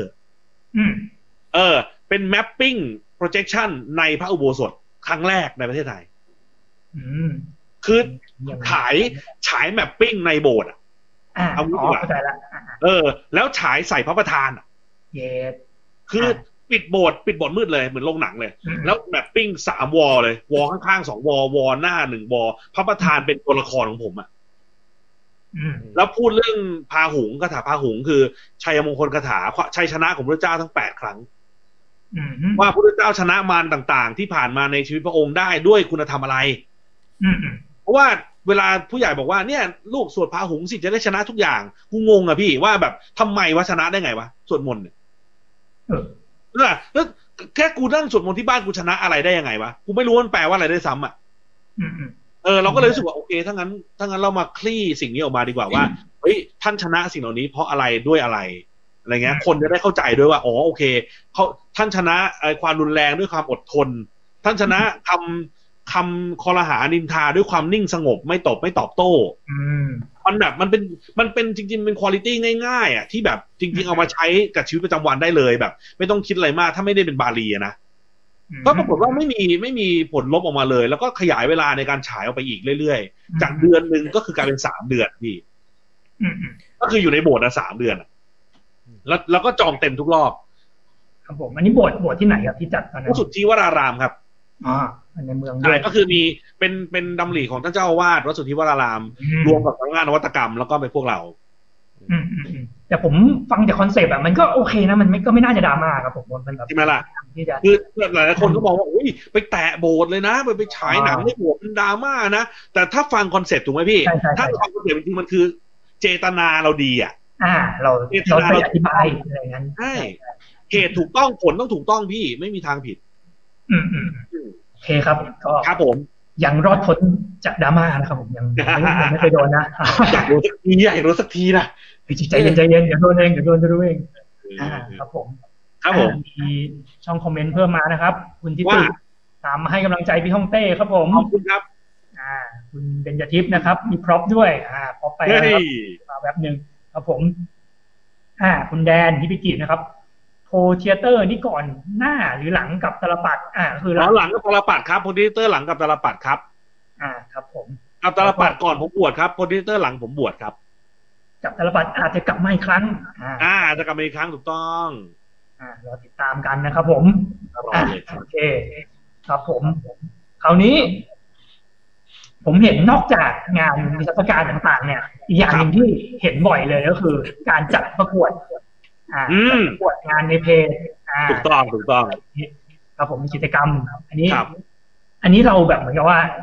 C: เป็น mapping projection ในพระอุโบสถครั้งแรกในประเทศไทยคือฉาย mapping ในโบสถ์เอางี้ดีกว่าแล้วฉายใส่พระประธานคือปิดโบสถ์มืดเลยเหมือนโรงหนังเลยแล้วmapping 3 วอลเลยวอลข้างๆ2 วอลหน้า1 วอลพระประธานเป็นตัวละครของผมแล้วพูดเรื่องพาหุงคาถาพาหุงคือชัยมงคลคาถาชัยชนะของพระเจ้าทั้ง8 ครั้งว่าพระเจ้าชนะมารต่างๆที่ผ่านมาในชีวิตพระองค์ได้ด้วยคุณธรรมอะไรเพราะว่าเวลาผู้ใหญ่บอกว่าเนี่ยลูกสวดพาหุงสิจะได้ชนะทุกอย่างกูงงอะพี่ว่าแบบทำไมวะชนะได้ไงวะสวดมนต์เนี่ยแล้วแค่กูนั่งสวดมนต์ที่บ้านกูชนะอะไรได้ยังไงวะกูไม่รู้มันแปลว่าอะไรได้ซ้ำอะเราก็เลยรู้สึกว่าโอเคถ้างั้นเรามาคลี่สิ่งนี้ออกมาดีกว่าว่าเฮ้ยท่านชนะสิ่งเหล่านี้เพราะอะไรด้วยอะไรเงี้ยคนจะได้เข้าใจด้วยว่าอ๋อโอเคท่านชนะความรุนแรงด้วยความอดทนท่านชนะคำคอรหานินทาด้วยความนิ่งสงบไม่ตอบโต้มันแบบมันเป็นจริงๆเป็นคุณภาพง่ายๆอ่ะที่แบบจริงๆเอามาใช้กับชีวิตประจำวันได้เลยแบบไม่ต้องคิดอะไรมากถ้าไม่ได้เป็นบาลีนะก็ปรากฏว่าไม่มีผลลบออกมาเลยแล้วก็ขยายเวลาในการฉายออกไปอีกเรื่อยๆจากเดือนนึงก็คือกลายเป็น3 เดือนพี่ก็คืออยู่ในโบสถ์3 เดือนแล้วก็จองเต็มทุกรอบ
A: ครับผมอันนี้โบสถ์ที่ไหนครับที่จัดตอนนั้น
C: สุทธิวรารามครับ
A: ในเมือง
C: ด้วยก็คือมีเป็นดำริของท่านเจ้าอาวาสวัดสุทธิวรารามรวมกับสำนักงานนวัตกรรมแล้วก็เป็นพวกเรา
A: แต่ผมฟังจากคอนเซปต์มันก็โอเคนะมันก็ไม่น่าจะดราม่าครับผมมันแบบ
C: ใช่ไหมล่ะคือหลายๆคนก็บอกว่าอุ้ยไปแตะโบสถ์เลยนะไปฉายหนังในโบสถ์เป็นดราม่านะแต่ถ้าฟังคอนเซปต์ถูกไหมพี่ถ้าฟังคอนเซปต์จริงๆมันคือเจตนาเราดี
A: เราไปอธิบายอะไรงั้น
C: ใช่เหตุถูกต้องผลต้องถูกต้องพี่ไม่มีทางผิด
A: โอเคครับก็
C: ครับผม
A: ยังรอดพ้นจากดราม่านะครับผมยังไม่เคยโดนนะ
C: อยากรู้สักทีนะ
A: ใจเย็นเดี๋ยวโดนจะรู้เองครับผมมีช่องคอมเมนต์เพิ่มมานะครับคุณทิติตามมาให้กำลังใจพี่ฮ่องเต้ครับผม
C: ขอบคุณครับ
A: คุณเบญจทิพย์นะครับมีพร็อพด้วยพร็อพไปนะครับมาแบบนึงครับผมคุณแดนที่พิจิตรนะครับโพเทียเตอร์นี่ก่อนหน้าหรือหลังกับตาลปัด
C: คือหลังกับตาลปัดครับโพเทียเตอร์หลังกับตาลปัดครับ
A: ครับผม
C: กับตาลปัดก่อนผมบวชครับโพเทียเตอร์หลังผมบวชครับ
A: กับตาลปัดอาจจะกลับมาอีกครั้ง
C: จะกลับมาอีกครั้งถูกต้อง
A: รอติดตามกันนะครับผมโอเคครับผมคราวนี้ผมเห็นนอกจากงานนิทรรศการต่างๆเนี่ยอีกอย่างหนึ่งที่เห็นบ่อยเลยก็คือการจัดประกวดประกวดงานในเพจ
C: ถูกต้อง
A: ครับผมมีกิจกรรมอันนี้เราแบบเหมือนกับว่า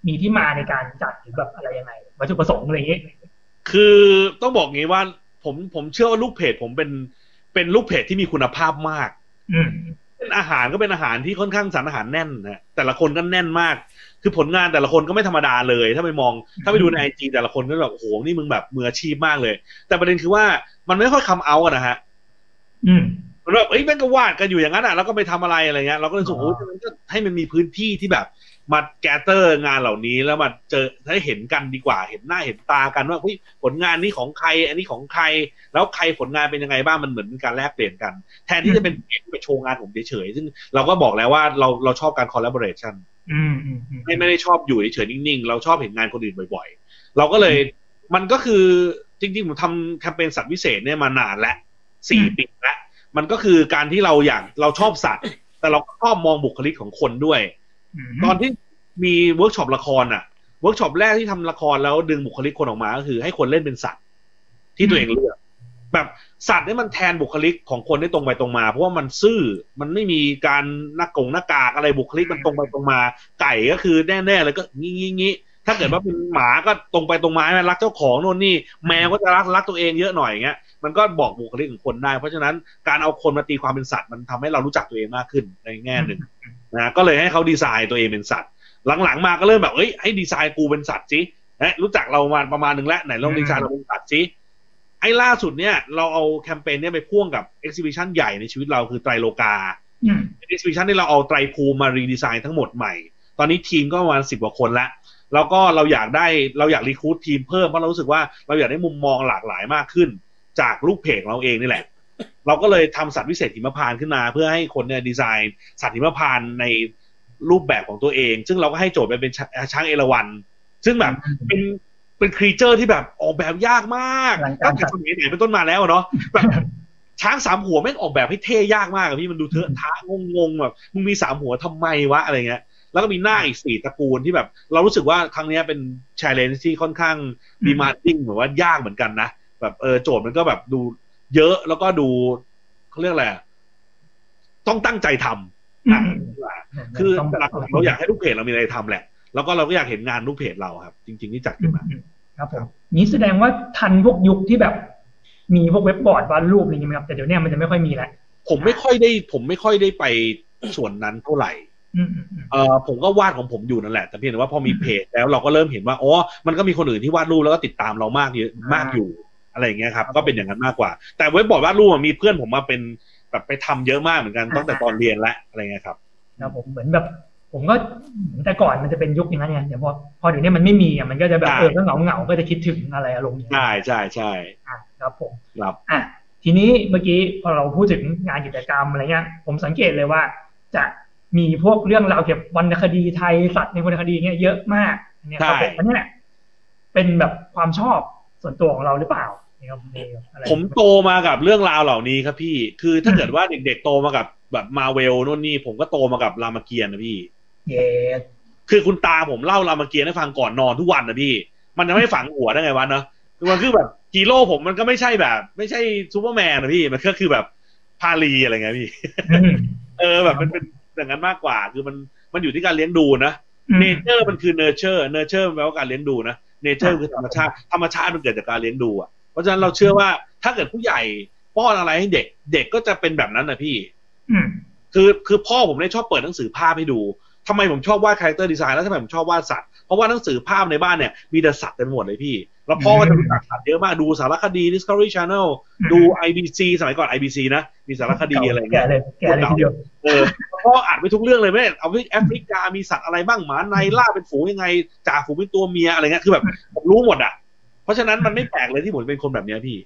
A: มีที่มาในการจัดหรือแบบอะไรยังไงวัตถุประสงค์อะไรอย่างเงี้ย
C: คือต้องบอกงี้ว่าผมเชื่อว่าลูกเพจผมเป็นลูกเพจที่มีคุณภาพมากเป็นอาหารก็เป็นอาหารที่ค่อนข้างสารอาหารแน่นนะแต่ละคนก็แน่นมากคือผลงานแต่ละคนก็ไม่ธรรมดาเลยถ้าไปมองถ้าไปดูในIGแต่ละคนก็แบบโอ้โหนี่มึงแบบมืออาชีพมากเลยแต่ประเด็นคือว่ามันไม่ค่อยคัมเอาท์นะฮะมันแบบแม่งก็วาดกันอยู่อย่างนั้นอ่ะแล้วก็ไปทำอะไรอะไรเงี้ยเราก็เลยรู้สึกโอ้ก็ให้มันมีพื้นที่ที่แบบมาแกเตอร์งานเหล่านี้แล้วมาเจอให้เห็นกันดีกว่าเห็นหน้าเห็นตากันว่าผลงานนี้ของใครอันนี้ของใครแล้วใครผลงานเป็นยังไงบ้างมันเหมือนการแลกเปลี่ยนกันแทนที่จะเป็นไปโชว์งานผมเฉยๆซึ่งเราก็บอกแล้วว่าเราชอบการ collaboration ไม่ได้ชอบอยู่เฉยๆนิ่งๆเราชอบเห็นงานคนอื่นบ่อยๆเราก็เลยมันก็คือจริงๆผมทำแคมเปญสัตว์วิเศษเนี่ยมานานแล้ว4 ปีแล้วมันก็คือการที่เราชอบสัตว์แต่เราก็ชอบมองบุคลิกของคนด้วยตอนที่มีเวิร์กช็อปละครเวิร์กช็อปแรกที่ทำละครแล้วดึงบุคลิกคนออกมาก็คือให้คนเล่นเป็นสัตว์ที่ตัวเองเลือกแบบสัตว์นี่มันแทนบุคลิกของคนได้ตรงไปตรงมาเพราะว่ามันซื่อมันไม่มีการหน้ากากอะไรบุคลิกมันตรงไปตรงมาไก่ก็คือแน่ๆเลยก็งี้ถ้าเกิดว่าเป็นหมาก็ตรงไปตรงมารักเจ้าของโน่นนี่แมวก็จะรักตัวเองเยอะหน่อยอย่างเงี้ยมันก็บอกบุคลิกของคนได้เพราะฉะนั้นการเอาคนมาตีความเป็นสัตว์มันทำให้เรารู้จักตัวเองมากขึ้นในแง่หนึ่งนะก็เลยให้เขาดีไซน์ตัวเองเป็นสัตว์หลังๆมาก็เริ่มแบบให้ดีไซน์กูเป็นสัตว์สิรู้จักเรามาประมาณนึงแล้วไหนลองดีไซน์เราเป็นสัตว์สิไอ้ล่าสุดเนี่ยเราเอาแคมเปญเนี่ยไปพ่วงกับเอ็กซิบิชันใหญ่ในชีวิตเราคือไตรโลกาเอ็กซิบิชันที่เราเอาไตรภูมิมารีดีไซน์ทั้งหมดใหม่ตอนนี้ทีมก็ประมาณ10 กว่าคนแล้วแล้วก็เราอยากรีครูททีมเพิ่มเพราะเรารู้สึกว่าเราอยากได้มุมมองหลากหลายมากขึ้นจากลูกเพจเราเองนี่แหละเราก็เลยทำสัตว์วิเศษหิมพานต์ขึ้นมาเพื่อให้คนเนี่ยดีไซน์สัตว์หิมพานต์ในรูปแบบของตัวเองซึ่งเราก็ให้โจทย์ไปเป็นช้างเอราวัณซึ่งแบบเป็นครีเจอร์ที่แบบออกแบบยากมากตั้งแต่สมัยไหนเป็นต้นมาแล้วเนาะแบบช้าง3 หัวแม่งออกแบบให้เท่ยากมากพี่มันดูเถอะท้างงแบบมึงมี3 หัวทำไมวะอะไรเงี้ยแล้วก็มีหน้าอีก4 ตระกูลที่แบบเรารู้สึกว่าครั้งนี้เป็น challenge ที่ค่อนข้าง demanding เหมือนว่ายากเหมือนกันนะแบบโจทย์มันก็แบบดูเยอะแล้วก็ดูเขาเรียกอะไรต้องตั้งใจทำคือเราอยากให้ลูกเพจเรามีอะไรทำแหละแล้วก็เราก็อยากเห็นงานลูกเพจเราครับจริงๆที่จัดขึ้นมา
A: ครับผมนี้แสดงว่าทันพวกยุคที่แบบมีพวกเว็บบอร์ดวาดรูปอะไรอย่างเงี้ยครับแต่เดี๋ยวนี้มันจะไม่ค่อยมีแล้ว
C: ผมไม่ค่อยได้ไปส่วนนั้นเท่าไหร่ผมก็วาดของผมอยู่นั่นแหละแต่เพียงแต่ว่าพอมีเพจแล้วเราก็เริ่มเห็นว่าอ๋อมันก็มีคนอื่นที่วาดรูปแล้วก็ติดตามเรามากอยู่อะไรอย่างเงี้ยครับก็เป็นอย่างนั้นมากกว่าแต่เว็บบอร์ดวาดรูปมีเพื่อนผมมาเป็นแบบไปทำเยอะมากเหมือนกันตั้งแต่ตอนเรียนแล้วอะไรเงี้ยครับ
A: แล้วผมเหมือนแบบผมก็แต่ก่อนมันจะเป็นยุคอย่างนั้นไงเดี๋ยวพอเดี๋ยวนี้มันไม่มีมันก็จะแบบก็เหงาก็จะคิดถึงอะไรอารมณ์
C: ใช่
A: ครับผม
C: ครับ
A: ทีนี้เมื่อกี้พอเราพูดถึงงานกิจกรรมอะไรเงี้ยผมสังเกตเลยว่าจะมีพวกเรื่องราวเกี่ยวกับวรรณคดีไทยสัตว์ในวรรณคดีเงี้ยเยอะมากเนี่ยครับผมอันนี้แหละเป็นแบบความชอบส่วนตัวของเราหรือเปล่า
C: ผมโตมากับเรื่องราวเหล่านี้ครับพี่คือถ้าเกิดว่าเด็กๆโตมากับแบบมาเวลนู่นนี่ผมก็โตมากับรามเกียรติ์นะพี่คือคุณตาผมเล่ารามเกียรติ์ให้ฟังก่อนนอนทุกวันนะพี่มันจะไม่ฝังหัวได้ไงวะเนาะมันคือแบบฮีโร่ผมมันก็ไม่ใช่แบบไม่ใช่ซูเปอร์แมนนะพี่มันก็คือแบบพาลีอะไรเงี้ยพี่แบบมันเป็นอย่างนั้นมากกว่าคือมันอยู่ที่การเลี้ยงดูนะเนเจอร์มันคือเนเจอร์แปลว่าการเลี้ยงดูนะเนเจอร์คือธรรมชาติมันเกิดจากการเลี้ยงดูอ่ะเพราะฉะนั้นเราเชื่อว่าถ้าเกิดผู้ใหญ่ป้อนอะไรให้เด็กก็จะเป็นแบบนั้นนะพี่คือพ่อผมเนี่ยชอบเปิดหนังสือภาพให้ดูทำไมผมชอบวาดคาแรคเตอร์ดีไซน์แล้วทำไมผมชอบวาดสัตว์เพราะว่าหนังสือภาพในบ้านเนี่ยมีแต่สัตว์เต็มหมดเลยพี่แล้วพ่อก็จะรู้จักสัตว์เยอะมากดูสารคดี Discovery Channel ดู IBC สมัยก่อน IBC นะมีสารคดีอะไรเงี้ย
A: แก่เลยทีเดียว
C: พ่ออ่านไปทุกเรื่องเลยแม่เอาไปแอฟริกามีสัตว์อะไรบ้างหมาในล่าเป็นฝูงยังไงจ่าฝูงเป็นตัวเมียอะไรเงี้ยคือแบบผมรู้หมดอ่ะเพราะฉะนั้นมันไม่แปลกเลยที่ผมเป็นคนแบบนี้พี่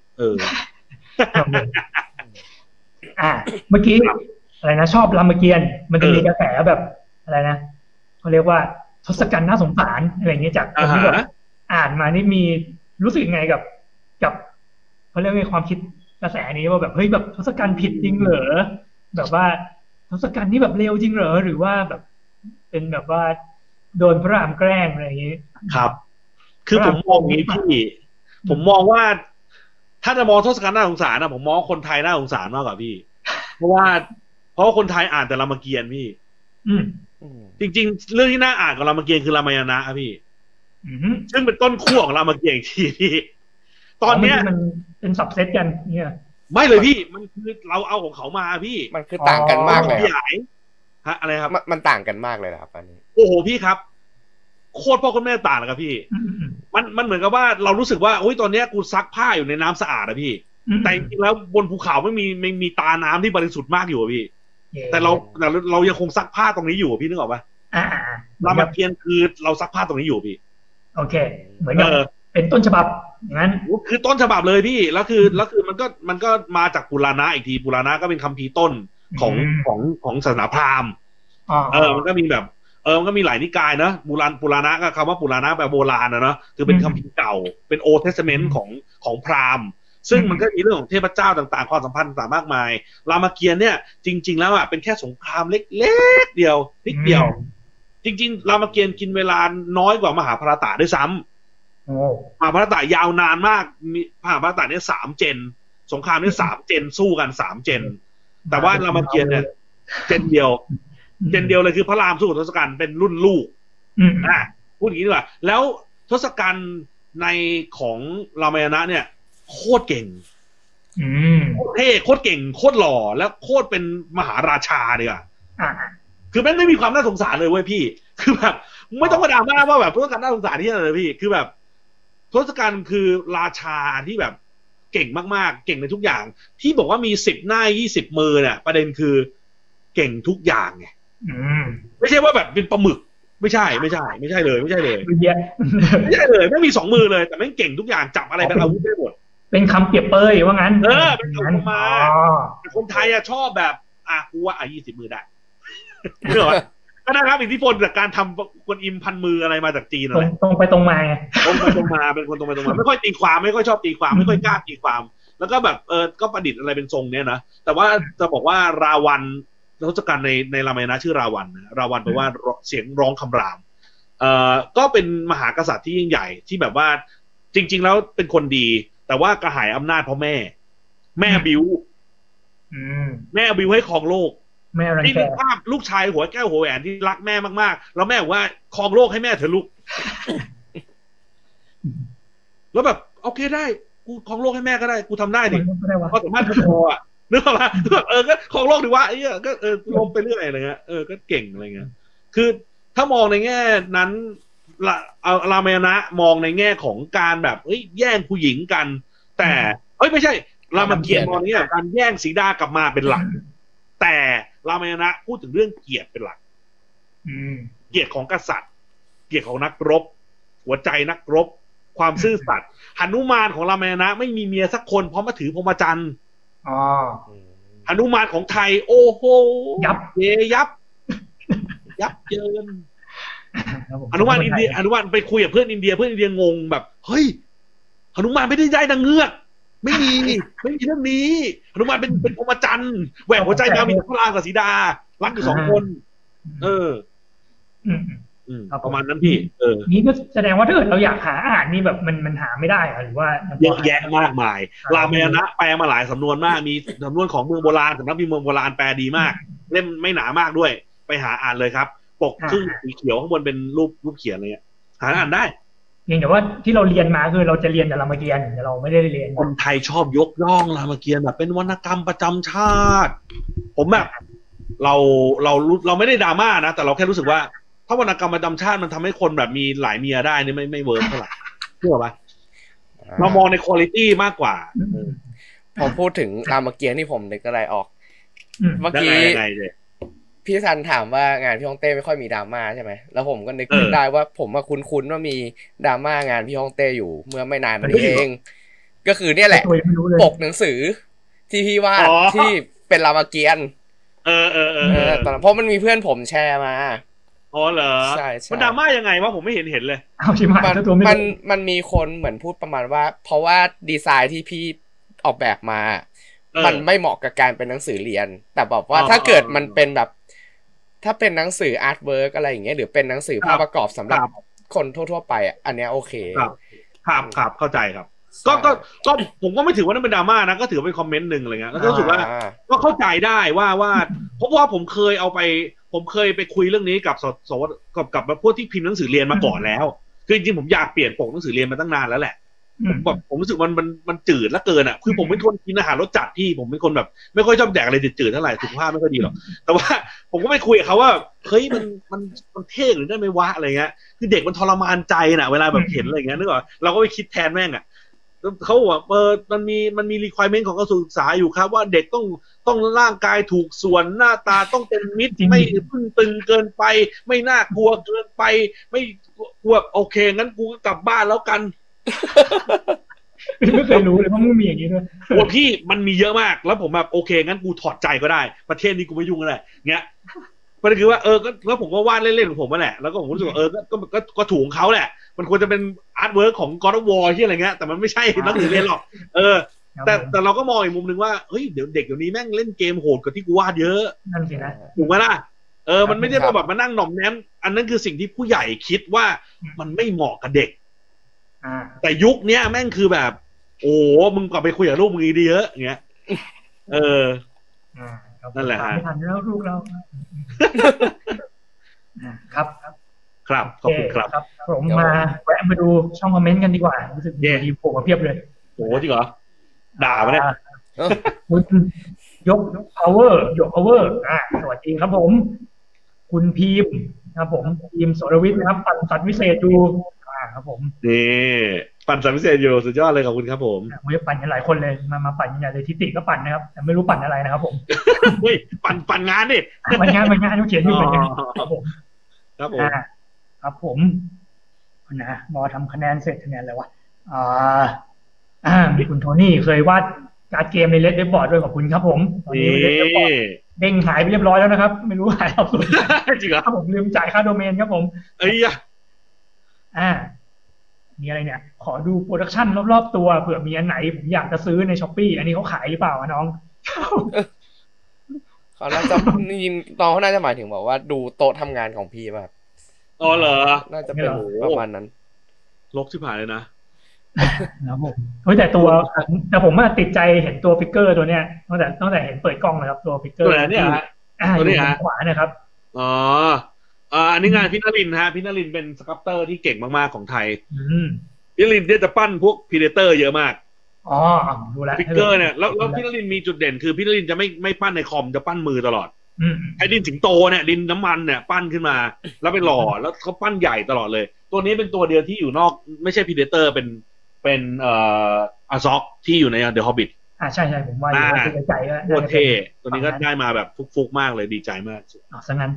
A: เมื่อกี้อะไรนะชอบรามเกียรติ์มันจะมีกระแสแบบอะไรนะเขาเรียกว่าทศกัณฐ์น่าสงสารอะไรเงี้ยจากคนที่แบบอ่านมานี่มีรู้สึกยังไงกับเขาเรียกว่าความคิดกระแสนี้ว่าแบบเฮ้ยแบบทศกัณฐ์ผิดจริงเหรอแบบว่าทศกัณฐ์นี่แบบเลวจริงเหรอหรือว่าแบบเป็นแบบว่าโดนพระรามแกล้งอะไรอย่างนี้
C: ครับคือผมมองนี้พี่ผมมองว่าถ้าจะมองทศกัณฐ์น่าสงสารนะผมมองคนไทยน่าสงสารมากกว่าพี่เพราะว่าคนไทยอ่านแต่รามเกียรติ์พี่จริงๆเรื่องที่น่าอ่านของรามเกียรติ์คือรามายณะครับพี่ซึ่งเป็นต้นขั้วของรามเกียรติ์อีกทีพี่ตอนเนี้ย
A: มันเป็นสับเซตกันเนี่ย
C: ไม่เลยพี่มันคือเราเอาของเขามาพี่
B: มันคือต่างกันมากเลย
C: ฮะอะไรครับ
B: มันต่างกันมากเลยนะครับอันนี้
C: โอ้โหพี่ครับโคตรพ่อคุณแม่ต่างเลยครับพี่มันเหมือนกับว่าเรารู้สึกว่าโอ้ยตอนนี้กูซักผ้าอยู่ในน้ำสะอาดอะพี่แต่จริงๆแล้วบนภูเขาไม่มีตาน้ำที่บริสุทธิ์มากอยู่อะพี่แต่เรายังคงซักผ้าตรงนี้อยู่พี่นึกออกปะรามเกียรติ์คือเราซักผ้าตรงนี้อยู่พี่
A: โอเคเหมือนกับเป็นต้นฉบับอย่างนั้น
C: คือต้นฉบับเลยพี่แล้วคือมันก็มาจากปุราณะอีกทีปุราณะก็เป็นคัมภีร์ต้นของศาสนาพราหมณ์มันก็มีแบบมันก็มีหลายนิกายนะปุราณะก็คำว่าปุราณะแปลโบราณนะเนาะคือเป็นคัมภีร์เก่าเป็นโอเทสเมนต์ของพราหมณ์ซึ่งมันก็มีเรื่องของเทพเจ้าต่างๆความสัมพันธ์ต่างๆมากมายรามเกียรติ์เนี่ยจริงๆแล้วอ่ะเป็นแค่สงครามเล็กๆเดียวนิดเดียวจริงๆรามเกียรติ์กินเวลาน้อยกว่ามหาภารตะด้วยซ้ำมหาภารตะยาวนานมากมีมหาภารตะเนี่ย3 เจนสงครามเนี่ย3 เจนสู้กัน3 เจนแต่ว่ารามเกียรติ์เนี่ยเจนเดียวเลยคือพระรามสู้กับทศกัณฐ์เป็นรุ่นลูกพูดอย่างนี้ดีกว่าแล้วทศกัณฐ์ในของรามายณะเนี่ยโคตรเก่งโคตรเท่โคตรเก่งโคตรหล่อแล้วโคตรเป็นมหาราชาเลยอ่ะคือแม่งไม่มีความน่าสงสารเลยเว้ยพี่คือแบบไม่ต้องมาด่ามาว่าแบบทศกัณฐ์น่าสงสารที่อะไรเลยพี่คือแบบทศกัณฐ์คือราชาที่แบบเก่งมากๆเก่งในทุกอย่างที่บอกว่ามี10 หน้า20 มือเนี่ยประเด็นคือเก่งทุกอย่างไงไม่ใช่ว่าแบบเป็นปลาหมึกไม่ใช่เลยไม่ใช่เลยไม่ใช่เลยไม่มี2 มือเลยแต่แม่งเก่งทุกอย่างจับอะไรเป็นอาวุธได้หมด
A: เป็นคำเปรียบเปยว่างั้น
C: เป็นคำมาแต่คนไทยอะชอบแบบกูว่า20 มือได้ก็นะครับอิทธิพลจากการทำกวนอิมพันมืออะไรมาจากจีนอะไร
A: ตรงไปตรงมา
C: เป็นคนตรงไปตรงมาไม่ค่อยตีความไม่ค่อยชอบตีความไม่ค่อยกล้าตีความแล้วก็แบบก็ประดิษฐ์อะไรเป็นทรงเนี้ยนะแต่ว่าจะบอกว่าราวันทศกัณฐ์ในรามายณะชื่อราวันแปลว่าเสียงร้องคำรามก็เป็นมหากษัตริย์ที่ยิ่งใหญ่ที่แบบว่าจริงๆแล้วเป็นคนดีแต่ว่ากระหายอำนาจเพราะแม่บิ้วให้ครองโลกที่มีภาพลูกชายหัวแก้วหัวแหวนที่รักแม่มากๆแล้วแม่บอกว่าครองโลกให้แม่เถอะลูกแล้วแบบโอเคได้กูครองโลกให้แม่ก็ได้กูทำได้ดิเพราะสามารถพออ่ะนึกออกมาก็ของโลกดีว่าไอ้เนี่ยก็ลมไปเรื่อยอะไรเงี้ยก็เก่งอะไรเงี้ยคือถ้ามองในแง่นั้นรามายณะมองในแง่ของการแบบแย่งผู้หญิงกันแต่ไม่ใช่รามเกียรติ์มองในแง่การแย่งสีดากลับมาเป็นหลักแต่รามายณะพูดถึงเรื่องเกียรติเป็นหลักเกียรติของกษัตริย์เกียรติของนักรบหัวใจนักรบความซื่อสัตย์หนุมานของรามายณะไม่มีเมียสักคนเพราะมาถือพรหมจรรย์หนุมานของไทยโอ้โหยับเยินหนุมานอินเดียหนุมานไปคุยกับเพื่อนอินเดียงงแบบเฮ้ยหนุมานไม่ได้นางเงือกไม่มีเรื่องนี้หนุมานเป็นพรหมจรรย์แหวกหัวใจดาวมีพระรามกับสีดารักอยู่2 คนประมาณนั้นพี่
A: นี่ก็แสดงว่าถ้าเกิดเราอยากหาอ่านนี่แบบมันหาไม่ได้หรือว่า
C: เยอะแยะมากมายรามายณะแปลมาหลายสำนวนมากมีสำนวนของเมืองโบราณสำนักพิมพ์เมืองโบราณแปลดีมากเล่มไม่หนามากด้วยไปหาอ่านเลยครับปกครึ่งสีเขียวข้างบนเป็นรูปเขียนอะไรเงี้ยหาอ่านได้
A: เพียงแต่ว่าที่เราเรียนมาคือเราจะเรียนแต่รามเกียรติ์แต่เราไม่ได้เรียน
C: คนไทยชอบยกย่องรามเกียรติ์แบบเป็นวรรณกรรมประจำชาติผมแบบเราไม่ได้ดราม่านะแต่เราแค่รู้สึกว่าถ้าวรรณกรรมประจำชาติมันทำให้คนแบบมีหลายเมียได้นี่ไม่เวิร์คเท่าไหร่เชื่อป่ะเรามองในคุณภาพมากกว่า
B: พอพูดถึงรามเกียรติ์นี่ผมนึกอะไรออกเมื่อกี้พี่ซันถามว่างานพี่ฮ่องเต้ไม่ค่อยมีดราม่าใช่ไหมแล้วผมก็นึกได้ว่าผมมาคุ้นๆว่ามีดราม่างานพี่ฮ่องเต้อยู่เมื่อไม่นานมานี้เองก็คือเนี่ยแหละปกหนังสือที่พี่วาดที่เป็นรามเกียรติ์ตอนนั้นเพราะมันมีเพื่อนผมแชร์มา
C: เหรอใช่มันดราม่ายังไงวะผมไม่เห็นเลย
B: มันมีคนเหมือนพูดประมาณว่าเพราะว่าดีไซน์ที่พี่ออกแบบมามันไม่เหมาะกับการเป็นหนังสือเรียนแต่บอกว่าถ้าเกิดมันเป็นแบบถ้าเป็นหนังสืออาร์ตเวิร์กอะไรอย่างเงี้ยหรือเป็นหนังสือภาพประกอบสำหรับคนทั่วๆไปอันเนี้ยโอเค
C: ครับเข้าใจครับก็ผมก็ไม่ถือว่านั่นเป็นดราม่านะก็ถือเป็นคอมเมนต์นึงอะไรเงี้ยแล้วก็รู้สึกว่าก็เข้าใจได้ว่าเพราะว่าผมเคยเอาไปผผมเคยไปคุยเรื่องนี้กับกับพวกที่พิมพ์หนังสือเรียนมาก่อนแล้วคือจริงๆผมอยากเปลี่ยนปกหนังสือเรียนมาตั้งนานแล้วแหละผมรู้สึกมันจืดละเกินอ่ะคือผมเป็นคนกินอาหารรสจัดพี่ผมเป็นคนแบบไม่ค่อยชอบแดกอะไรจืดๆเท่าไหร่สุขภาพไม่ค่อยดีหรอกแต่ว่าผมก็ไปคุยกับเขาว่าเฮ้ยมันเท่หรือได้ไม่วะอะไรเงี้ยคือเด็กมันทรมานใจน่ะเวลาแบบเห็นอะไรเงี้ยนึกออกเราก็ไปคิดแทนแม่งอ่ะเขาบอกว่ามันมี requirement ของกระทรวงศึกษาอยู่ครับว่าเด็กต้องร่างกายถูกส่วนหน้าตาต้องเป็นมิตรไม่พึ่งตึงเกินไปไม่น่ากลัวเกินไปไม่กลัวโอเคงั้นกูกลับบ้านแล้วกัน
A: ไม่เคยรู้เลยว่ามึงมีอย่างนี้ด้วย
C: โอ้พี่มันมีเยอะมากแล้วผมแบบโอเคงั้นกูถอดใจก็ได้ประเทศนี้กูไม่ยุ่งก็ได้เงี้ยประเด็นคือว่าก็แล้วผมก็วาดเล่นๆของผมนั่นแหละแล้วก็ผมรู้สึกว่าก็ถูกของเขาแหละมันควรจะเป็นอาร์ตเวิร์คของ God of War ที่อะไรเงี้ยแต่มันไม่ใช่หนังสือเรียนหรอกแต่เราก็มองอีกมุมนึงว่าเฮ้ยเดี๋ยวเด็กเดี๋ยวนี้แม่งเล่นเกมโหดกว่าที่กูวาดเยอะ
A: นั่นสินะ
C: ถูกไหมล่ะมันไม่ได้แบบมานั่งหน่อมแนมอันนั้นคือสิ่งที่ผู้ใหญ่คิดว่ามันไม่เหมาะกับเด็กแต่ยุคนี้แม่งคือแบบโอ้มึงกลับไปคุยกับลูกมึงดีเยอะอย่างเงี้ยนั่นแหละฮะ
A: ทันแล้วลูกเราครับ
C: ขอบคุณครับ
A: ผมมาแวะมาดูช่องคอมเมนต์กันดีกว่ารู้สึกดีโผล่มาเพียบเลย
C: โอ้จริงเหรอด่ามาเนี่ย
A: คุณยก power สวัสดีครับผมคุณพีมครับผมพีมโสรวิทย์นะครับปั่นสัตว์วิเศษอยู่ครับผม
C: นี่ปั่นสัตว์วิเศษอยู่สุดยอดเลยขอบคุณครับผม
A: ไม่ได้ปั่นกันหลายคนเลยมาปั่นกันใหญ่เลยทิติก็ปั่นนะครับแต่ไม่รู้ปั่นอะไรนะครับผม
C: เฮ้ยปั่นงานดิ
A: ปั่นงานเขาเขียนอยู่เหมือนกันครับผมครับผมนะรอทำคะแนนเสร็จคะแนนอะไรวะมีคุณโทนี่เคยวาดการ์ดเกมในเลดเดบอร์ดด้วยขอบคุณครับผมตอนนี้เลดเดบอร์ดเด้งหายไปเรียบร้อยแล้วนะครับไม่รู้หายแล้ว
C: จริงเหรอ
A: ผมลืมจ่ายค่าโดเมนครับผม
C: เอ้ย
A: มีอะไรเนี่ยขอดูโปรดักชันรอบๆตัวเผื่อมีอันไหนผมอยากจะซื้อใน Shopee อันนี้เขาขายหรือเปล่าน้อง
B: เขาน่าจะยินน้องเขาน่าจะหมายถึงบอกว่าดูโต๊ะทำงานของพี่ป่ะ
C: อ๋อเหรอ
B: น่าจะเป็นประมาณนั้น
C: ลกชิบหายเลยนะ
A: ผมแต่ผมติดใจเห็นตัวฟิกเกอร์ตัวเนี้ยตั้งแต่เห็นเปิดกล้องเลยครับตัวฟิกเกอร์
C: ตัวนี้
A: ตัวนี้ขวานะครับ
C: อันนี้งานพินารินฮะพินารินเป็นสครับเตอร์ที่เก่งมากๆของไทยพินารินเนี่ยจะปั้นพวกพีเดเตอร์เยอะมาก
A: ดูแล
C: ฟิกเกอร์เนี่ยแล้วพินารินมีจุดเด่นคือพินารินจะไม่ปั้นในคอมจะปั้นมือตลอดไอ้ดินสิงโตเนี่ยดินน้ำมันเนี่ยปั้นขึ้นมาแล้วไปหล่อแล้วเขาปั้นใหญ่ตลอดเลยตัวนี้เป็นตัวเดียวที่อยู่นอกไม่ใช่พีเดเตอร์เป็นอาซ็อกที่อยู่ในเดอะฮอบบิท
A: ใช่ผมว่าอยู่ใจก็
C: โคตรเท่ตัวนี้ก็ได้มาแบบฟุกๆมากเลยดีใจมาก
A: ซะงั้น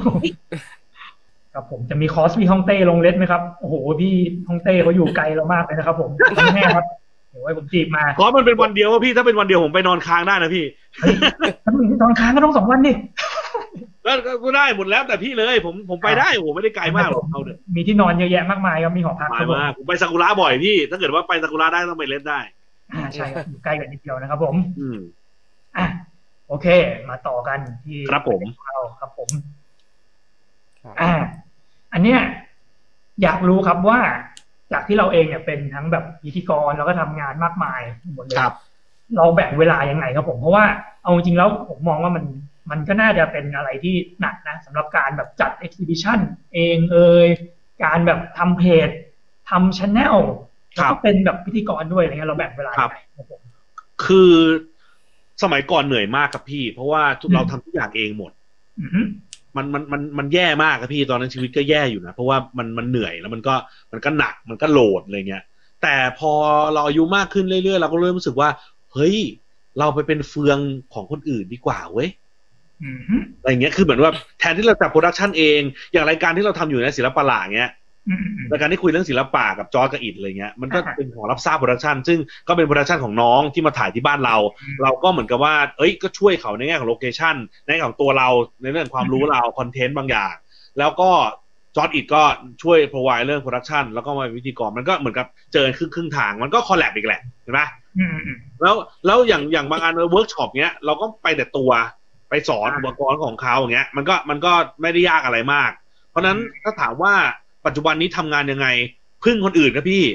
A: ครับผมจะมีคอสพี่ฮ่องเต้ลงเล็ดไหมครับโอ้โหพี่ฮ่องเต้เขาอยู่ไกลเรามากเลยนะครับผมแน่ครับเดี๋ยวไว้ผมจีบมา
C: คอสมันเป็นวันเดียวว่าพี่ถ้าเป็นวันเดียวผมไปนอนค้างได้นะพี่
A: ถ้านอนค้างก็ต้อง2 วันดิ
C: ก็ได้หมดแล้วแต่พี่เลยผมไปได้โอ้โหไม่ได้ไกลมากหรอกเอาเถอะ
A: มีที่นอนเยอะแยะมากมายครับมีหอพัก
C: มากผมไปซากุระบ่อยพี่ถ้าเกิดว่าไปซากุระได้ต้องไปเล่นได้
A: ใช่ครับอยู่ใกล้กันนิดเดียวนะครับผมโอเคมาต่อกันที่
C: ครับผม
A: ครับผมอันเนี้ยอยากรู้ครับว่าจากที่เราเองเนี่ยเป็นทั้งแบบพิธีกรแล้วก็ทำงานมากมายหมดเลยเราแบ่งเวลายังไงครับผมเพราะว่าเอาจริงแล้วผมมองว่ามันก็น่าจะเป็นอะไรที่หนักนะสำหรับการแบบจัด exhibition เองการแบบทำเพจทำ channel แล้วก็เป็นแบบพิธีกรด้วยอะไรเงี้ยเราแบ่งเวลายังไงครับผม
C: คือสมัยก่อนเหนื่อยมากครับพี่เพราะว่าเราทำทุกอย่างเองหมดมันแย่มากครับพี่ตอนนั้นชีวิตก็แย่อยู่นะเพราะว่ามันเหนื่อยแล้วมันก็หนักมันก็โหลดอะไรเงี้ยแต่พอเราอายุมากขึ้นเรื่อยๆเราก็เริ่มรู้สึกว่าเฮ้ยเราไปเป็นเฟืองของคนอื่นดีกว่าเว้ยอะไรเงี้ยคือเหมือนว่าแทนที่เราจัดโปรดักชันเองอย่างรายการที่เราทำอยู่ในศิลปะหลาเงี้ยรายการที่คุยเรื่องศิลปะกับจอร์จกับอิดอะไรเงี้ยมันก็เป็นของรับทราบโปรดักชันซึ่งก็เป็นโปรดักชันของน้องที่มาถ่ายที่บ้านเราก็เหมือนกับว่าก็ช่วยเขาในแง่ของโลเคชั่นในแง่ของตัวเราในเรื่องความรู้เราคอนเทนต์บางอย่างแล้วก็จอร์จอิดก็ช่วยพรอไวด์เรื่องโปรดักชันแล้วก็มาวิธีกรมันก็เหมือนกับเจอครึ่งทางมันก็คอลแลบอีกแหละเห็นไหมแล้วอย่างบางอันเวิร์กช็อปเงี้ยเราก็ไปแต่ตัวไปสอนอุปกรณ์ของเขาอย่างเงี้ยมันก็ไม่ได้ยากอะไรมากเพราะนั้นถ้าถามว่าปัจจุบันนี้ทำงานยังไงพึ่งคนอื่นครับพี่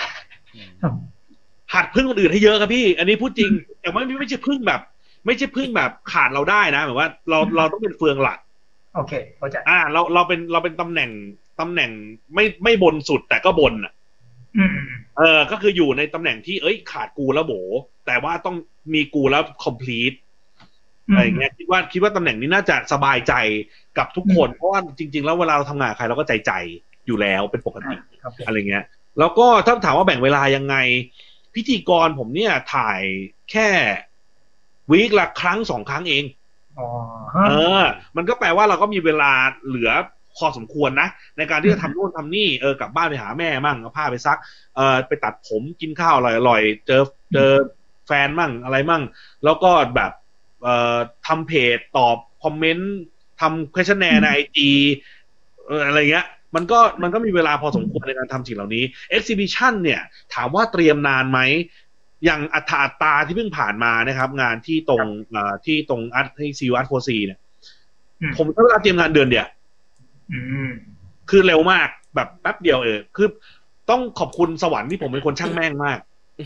C: หัดพึ่งคนอื่นให้เยอะครับพี่อันนี้พูดจริงแต่ไม่ใช่พึ่งแบบขาดเราได้นะหมายว่าเราต้องเป็นเฟืองหลัก
A: โอเคเข้าใจ
C: เราเป็นตำแหน่งไม่บนสุดแต่ก็บนอ่ะก็คืออยู่ในตำแหน่งที่ขาดกูแล้วโบแต่ว่าต้องมีกูแล้ว complete อะไรเงี้ยคิดว่าตำแหน่งนี้น่าจะสบายใจกับทุกคนเพราะว่าจริงๆแล้วเวลาเราทำงานใครเราก็ใจอยู่แล้วเป็นปกติอะไรเงี้ยแล้วก็ถ้าถามว่าแบ่งเวลายังไงพิธีกรผมเนี่ยถ่ายแค่วีคละครั้ง2 ครั้งเองมันก็แปลว่าเราก็มีเวลาเหลือพอสมควรนะในการที่จะทำโน่นทำนี่กลับบ้านไปหาแม่มั่งเอาผ้าไปซักไปตัดผมกินข้าวอร่อยๆเจอแฟนมั่งอะไรมั่งแล้วก็แบบทำเพจตอบคอมเมนต์ทำ questionnaire ใน IG อะไรเงี้ยมันก็มีเวลาพอสมควรในการทำสิ่งเหล่านี้ exhibition เนี่ยถามว่าเตรียมนานไหมอย่างอัตราที่เพิ่งผ่านมานะครับงานที่ตรงอาร์ตที่ซีอาร์ตโฟซีเนี่ยผมก็เตรียมงานเดือนเดียวคือเร็วมากแบบแป๊บเดียวคือต้องขอบคุณสวรรค์ที่ผมเป็นคนช่างแม่งมาก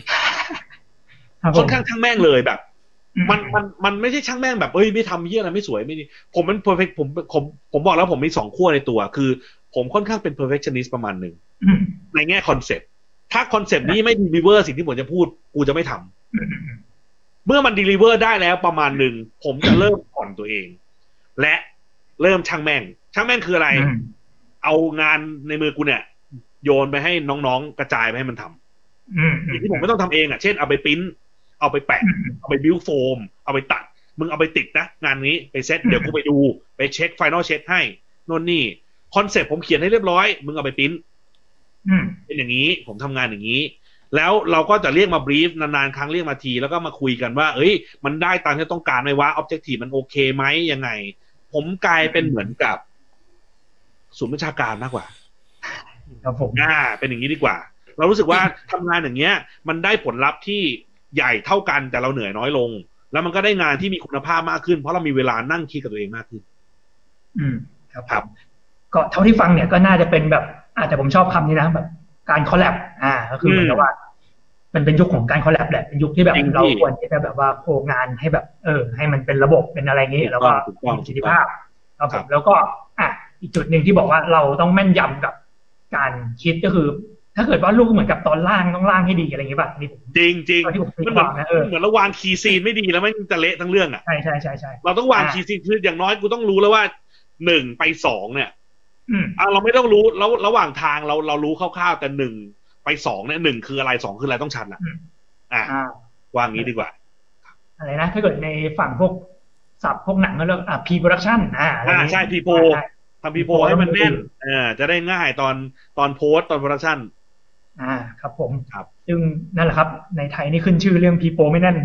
C: ค่อนข้างช่างแม่งเลยแบบมันไม่ใช่ช่างแม่งแบบไม่ทำเหี้ยอะไรไม่สวยไม่ดีผมมัน perfect ผมบอกแล้วผมมี2 ขั้วในตัวคือผมค่อนข้างเป็น perfectionist ประมาณนึงในแง่คอนเซ็ปต์ถ้าคอนเซ็ปต์นี้ไม่ deliver สิ่งที่ผมจะพูดกูจะไม่ทำเมื่อมัน deliver ได้แล้วประมาณนึงผมจะเริ่มผ่อนตัวเองและเริ่มช่างแม่งคืออะไรเอางานในมือกูเนี่ยโยนไปให้น้องๆกระจายไปให้มันทำสิ่งที่ผมไม่ต้องทำเองเช่นเอาไปพิมพ์เอาไปแปะเอาไปบิวโฟมเอาไปตัดมึงเอาไปติดนะงานนี้ไปเซตเดี๋ยวกูไปดูไปเช็คไฟนอลเช็คให้โน่นนี่คอนเซ็ปต์ผมเขียนให้เรียบร้อยมึงเอาไปพิมพ์เป็นอย่างนี้ผมทำงานอย่างนี้แล้วเราก็จะเรียกมาบรีฟนานๆครั้งเรียกมาทีแล้วก็มาคุยกันว่ามันได้ตามที่ต้องการไหมว่าออบเจกตีฟมันโอเคไหมยังไงผมกลายเป็นเหมือนกับศูนย์บัญชาการมากกว่า
A: ครับผม
C: เป็นอย่างนี้ดีกว่าเรารู้สึกว่าทำงานอย่างเงี้ยมันได้ผลลัพธ์ที่ใหญ่เท่ากันแต่เราเหนื่อยน้อยลงแล้วมันก็ได้งานที่มีคุณภาพมากขึ้นเพราะเรามีเวลานั่งคิดกับตัวเองมากขึ้น
A: ครับก็เท่าที่ฟังเนี่ยก็น่าจะเป็นแบบแต่ผมชอบคำนี้นะแบบการคอลแลบก็คือเหมือนกับว่ามันเป็นยุคของการคอลแลบแหละเป็นยุคที่แบบเราควรจะแบบว่าโครงงานให้แบบให้มันเป็นระบบเป็นอะไรงี้แล้วก็มีประสิทธิภาพครับผมแล้วก็อีกจุดหนึ่งที่บอกว่าเราต้องแม่นยำกับการคิดก็คือถ้าเกิดว่าลูกเหมือนกับตอนล่างต้องล่างให้ดีอะไรอย่างเงี้ยป่ะนี่
C: จริงจริงมันเหมือนเราวางคีย์ซีนไม่ดีแล้วมันจะเละทั้งเรื่อง
A: ใช่
C: เราต้องวางคีย์ซีนคืออย่างน้อยกูต้องรู้แล้วว่า1ไป2เนี่ยเราไม่ต้องรู้แล้วระหว่างทางเรารู้คร่าวๆแต่1ไป2เนี่ย1คืออะไร2คืออะไรต้องชัดวางงี้ดีกว่า
A: อะไรนะถ้าเกิดในฝั่งพวกศัพท์พวกหนังก็เรียกpre production
C: ใช่ pre-pro ทำ pre-pro ให้มันแน่นจะได้ง่ายตอนโพสตอนโปรดักชั่น
A: ครับผมครับซึ่งนั่นแหละครับในไทยนี่ขึ้นชื่อเรื่อง pre-pro ไม่แน่น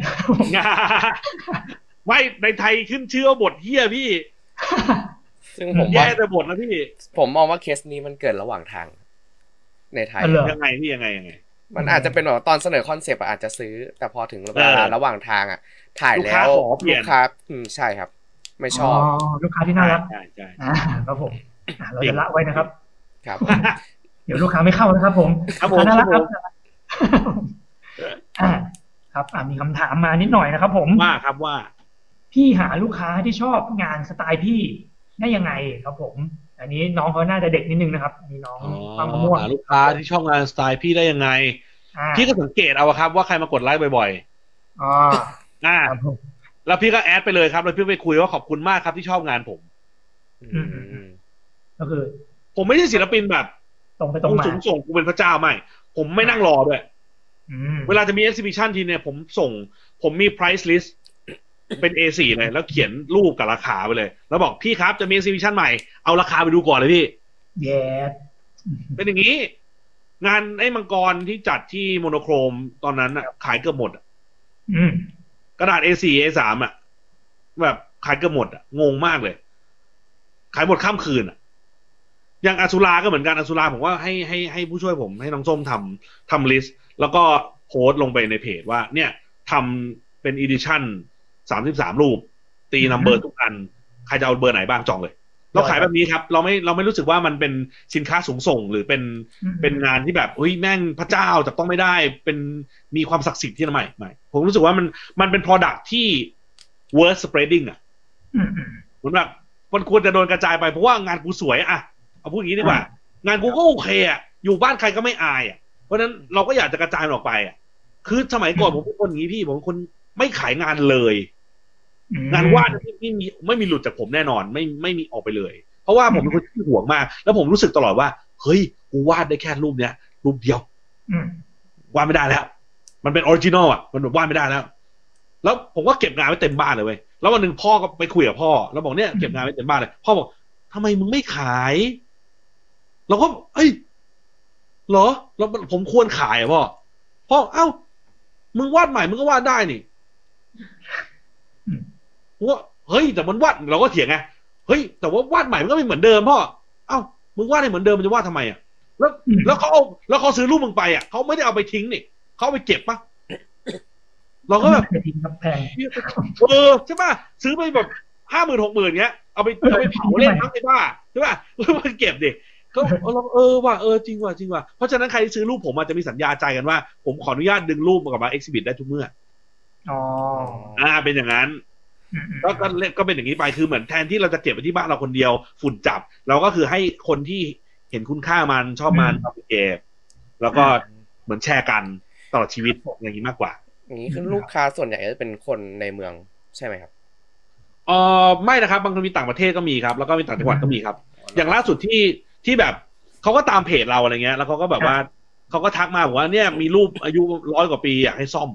C: ไม่ในไทยขึ้นชื่อว่าบทเหี้ยพี่
B: ซึ่งผม
C: แย่แต่บทนะพี่
B: ผมมองว่าเคสนี้มันเกิดระหว่างทางในไทย
C: ยังไงพี่ยังไง
B: มันอาจจะเป็นแบบตอนเสนอคอนเซปต์อาจจะซื้อแต่พอถึงเวลาระหว่างทางถ่ายแล้วลูกค้าใช่ครับไม่ชอบ
A: ลูกค้าที่น่ารักใช่ครับผมเราจะละไว้นะครับ
B: ครับ
A: เดี๋ยวลูกค้าไม่เข้านะครับผมน่ารักครับครับมีคำถามมานิดหน่อยนะครับผม
C: ว่า
A: พี่หาลูกค้าที่ชอบงานสไตล์พี่ได้ยังไงครับผมอันนี้น้องเขาน่าจะเด็กนิดนึงนะครับมีน้องฟังมะม่วง
C: ลูกค้าที่ชอบงานสไตล์พี่ได้ยังไงพี่ก็สังเกตเอาครับว่าใครมากดไลค์บ่อยๆแล้วพี่ก็แอดไปเลยครับแล้วพี่ไปคุยว่าขอบคุณมากครับที่ชอบงานผม
A: ก็คือ
C: ผมไม่ใช่ศิลปินแบบ
A: ตรงไปตรงมา
C: ส่งกูเป็นพระเจ้าไม่ผมไม่นั่งรอด้วยเวลาจะมี exhibition ทีเนี่ยผมมี price list เป็น A4 เลยแล้วเขียนรูปกับราคาไปเลยแล้วบอกพี่ครับจะมี exhibition ใหม่เอาราคาไปดูก่อนเลยพี่เป็นอย่างนี้งานไอ้มังกรที่จัดที่โมโนโครมตอนนั้นขายเกือบหมดกระดาษ A4 A3 แบบขายเกือบหมดงงมากเลยขายหมดข้ามคืนอย่างอสุราก็เหมือนกันอสุราผมว่าให้ผู้ช่วยผมให้น้องส้มทำลิสต์แล้วก็โพสต์ลงไปในเพจว่าเนี่ยทำเป็นอีดิชั่น33รูปตีนัมเบอร์ทุกอันใครจะเอาเบอร์ไหนบ้างจองเลยเราขายแบบนี้ครับเราไม่รู้สึกว่ามันเป็นสินค้าสูงส่งหรือเป็นงานที่แบบแม่งพระเจ้าจับต้องไม่ได้เป็นมีความศักดิ์สิทธิ์ที่ไหนไม่ผมรู้สึกว่ามันเป็น product ที่ worth spreading เหมือนแบบมันควรจะโดนกระจายไปเพราะว่างานกูสวยอะเอาพูดอย่างนี้ดีกว่างานกูก็โอเคอะอยู่บ้านใครก็ไม่อายอะเพราะฉะนั้นเราก็อยากจะกระจายออกไปอะคือสมัยก่อนผมเป็นคนอย่างนี้พี่ผมเป็นคนไม่ขายงานเลยงานวาดไม่มีหลุดจากผมแน่นอนไม่มีออกไปเลยเพราะว่าผมเป็นคนที่ห่วงมากแล้วผมรู้สึกตลอดว่าเฮ้ยกูวาดได้แค่รูปเนี้ยรูปเดียววาดไม่ได้แล้วมันเป็นออริจินอลอ่ะมันวาดไม่ได้แล้วผมก็เก็บงานไว้เต็มบ้านเลยเว้ยแล้ววันหนึ่งพ่อก็ไปคุยกับพ่อแล้วบอกเนี่ยเก็บงานไว้เต็มบ้านเลยพ่อบอกทำไมมึงไม่ขายเราก็เอ้ยเหรอแล้วผมควรขายอ่ะพ่อเอ้ามึงวาดใหม่มึงก็วาดได้นี่ว่าเฮ้ยแต่มันวาดเราก็เถียงไงเฮ้ยแต่ว่าวาดใหม่มันก็ไม่เหมือนเดิมพ่อเอ้ามึงวาดให้เหมือนเดิมมันจะวาดทำไมอ่ะแล้วเขาซื้อรูปมึงไปอ่ะเขาไม่ได้เอาไปทิ้งนี่เขาเอาไปเก็บปะเราก็แบบ
A: แพง
C: ใช่ป่ะซื้อไปแบบ50,000 60,000เงี้ยเอาไปเผาเล่นทั้งไอ้บ้าใช่ป่ะมันเก็บดิก็ว่าจริงว่ะเพราะฉะนั้นใครที่ซื้อรูปผมอาจจะมีสัญญาใจกันว่าผมขออนุญาตดึงรูปมากลับมาเอ็กซิบิทได้ทุกเมื่อเป็นอย่างนั้นก็เป็นอย่างนี้ไปคือเหมือนแทนที่เราจะเก็บไว้ที่บ้านเราคนเดียวฝุ่นจับเราก็คือให้คนที่เห็นคุณค่ามันชอบมันเอาไปเก็บแล้วก็เหมือนแชร์กันตลอดชีวิตอย่างนี้มากกว่า
B: อย่างนี้คือลูกค้าส่วนใหญ่จะเป็นคนในเมืองใช่ไหมครับ
C: ไม่นะครับบางคนมีต่างประเทศก็มีครับแล้วก็มีต่างจังหวัดก็มีครับอย่างล่าสุดที่แบบเขาก็ตามเพจเราอะไรเงี้ยแล้วเขาก็แบบว่าเขาก็ทักมาบอกว่าเนี่ยมีรูปอายุ100 กว่าปีอยากให้ซ่อม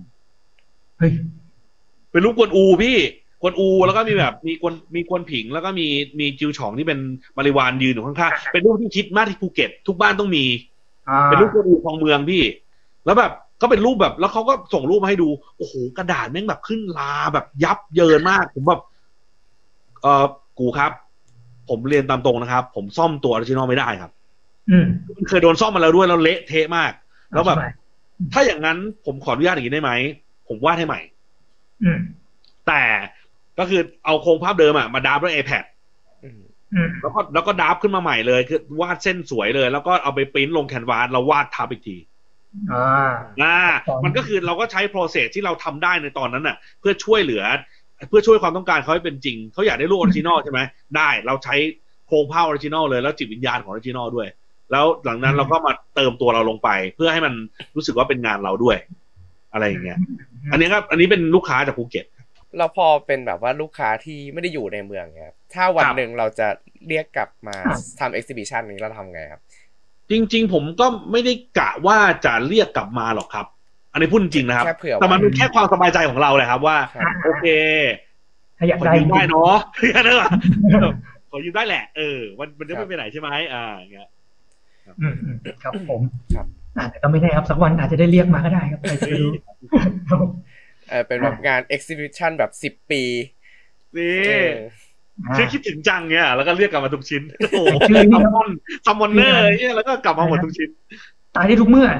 C: เป็นรูปกวนอูพี่กวนอูแล้วก็มีแบบมีกวนผิงแล้วก็มีจิวฉองที่เป็นบริวารยืนอยู่ข้างๆเป็นรูปที่คิดมากที่ภูเก็ตทุกบ้านต้องมีเป็นรูปกวนอูคลองเมืองพี่แล้วแบบก็เป็นรูปแบบแล้วเขาก็ส่งรูปมาให้ดูโอ้โหกระดาษแม่งแบบขึ้นลาแบบยับเยินมากผมแบบกูครับผมเรียนตามตรงนะครับผมซ่อมตัวออริจินอลไม่ได้ครับเคยโดนซ่อมมาแล้วด้วยแล้วเละเทะมากแล้วแบบถ้าอย่างนั้นผมขออนุญาตอย่างนี้ได้ไหมผมวาดให้ใหม่แต่ก็คือเอาโครงภาพเดิมมาดราฟด้วย iPad แล้วก็ดราฟขึ้นมาใหม่เลยคือวาดเส้นสวยเลยแล้วก็เอาไปปริ้นลงแคนวาสแล้ววาดทับอีกทีมันก็คือเราก็ใช้ process ที่เราทำได้ในตอนนั้นน่ะเพื่อช่วยเหลือเพื่อช่วยความต้องการเขาให้เป็นจริงเขาอยากได้รูปออริจินอลใช่ไหมได้เราใช้โครงภาพออริจินอลเลยแล้วจิตวิญญาณของออริจินอลด้วยแล้วหลังนั้นเราก็มาเติมตัวเราลงไปเพื่อให้มันรู้สึกว่าเป็นงานเราด้วยอะไรอย่างเงี้ยอันนี้เป็นลูกค้าจากภูเก็ต
B: เราพอเป็นแบบว่าลูกค้าที่ไม่ได้อยู่ในเมืองครับถ้าวันหนึ่งเราจะเรียกกลับมาทำ exhibition นี้เราทำไงครับ
C: จริงๆผมก็ไม่ได้กะว่าจะเรียกกลับมาหรอกครับอันนี้พูดจริงนะครับแต่มันเป็นแค่ความสบายใจของเราเลยครับว่าโอเค
A: ขอยืม
C: ได้เนาะขอยืมได้แหละมันจะไม่ไปไหนใช่ไหมอย่างเงี้ย
A: ครับผมครับแต่ก็ไม่แน่ครับสักวันอาจจะได้เรียกมาก็ได้ครับใครจะรู้
B: เป็นแบบงาน exhibition แบบ10 ปี
C: นี่ชื่อคิดถึงจังเนี่ยแล้วก็เรียกกลับมาทุกชิ้นโอ้ซัมมอนเนอร์เนี่ยแล้วก็กลับมาหมดทุกชิ้น
A: ตายได้ทุกเมื่อ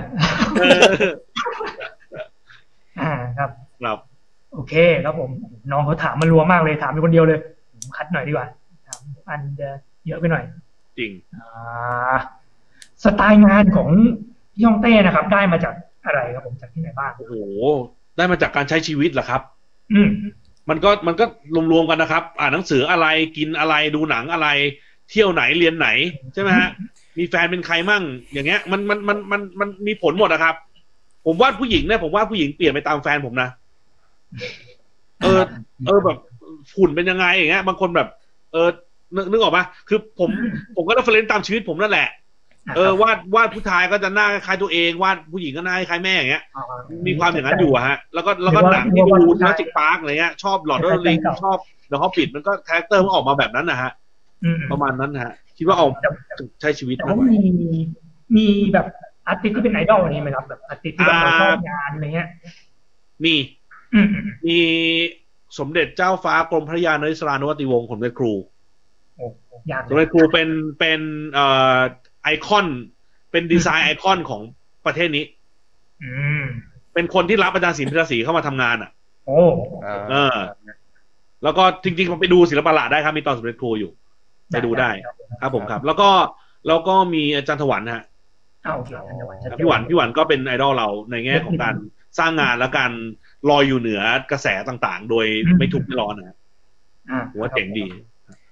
A: ครับโอเคครับผมน้องเขาถามมารัวมากเลยถามเป็นคนเดียวเลยคัดหน่อยดีกว่าถามอันจะเยอะไปหน่อย
C: จริง
A: สไตล์งานของพี่ฮ่องเต้นะครับได้มาจากอะไรครับผมจากที่ไหนบ้าง
C: โอ้โหได้มาจากการใช้ชีวิตเหรอครับมันก็รวมๆกันนะครับอ่านหนังสืออะไรกินอะไรดูหนังอะไรเที่ยวไหนเรียนไหนใช่ไหมฮะมีแฟนเป็นใครมั่งอย่างเงี้ยมันมีผลหมดนะครับผมว่าผู้หญิงเนี่ยผมว่าผู้หญิงเปลี่ยนไปตามแฟนผมนะแบบหุ่นเป็นยังไงอย่างเงี้ยบางคนแบบนึกออกปะคือผมก็เรฟเฟรนซ์ตามชีวิตผมนั่นแหละวาดผู้ชายก็จะหน้าคล้ายตัวเองวาดผู้หญิงก็หน้าคล้ายแม่อย่างเงี้ยมีความอย่างนั้นอยู่ฮะแล้วก็หนังที่ดูจูราสสิคพาร์คอะไรเงี้ยชอบลอร์ดออฟเดอะริงชอบเดอะฮอบบิทมันก็คาแรคเตอร์มันออกมาแบบนั้นนะฮะประมาณนั้นฮะคิดว่าเอาใช้ชีวิต
A: แล้วมีแบบอาร์ติสต์ที่เป็นไอดอลอะไรไหมครับแบบอาร์ติสต์ที่แบบเราชอบงานอะไรเงี้ย
C: มีสมเด็จเจ้าฟ้ากรมพระยานเรศรานุวัติวงศ์สมเด็จครูสมเด็จครูเป็นไอคอนเป็นดีไซน์ไอคอนของประเทศนี้เป็นคนที่รับอาจารย์ศิลป์พิรศรีเข้ามาทำงานแล้วก็จริงๆไปดูศิลปะละได้ครับมีตอนสมเด็จครูอยู่ไปดูได้ครับผมครับแล้วก็มีอาจารย์ถวันฮะพี่หวันก็เป็นไอดอลเราในแง่ของการสร้างงานและการลอยอยู่เหนือกระแสต่างๆโดยไม่ทุกข์ไม่ร้อนนะว่าเจ๋งดี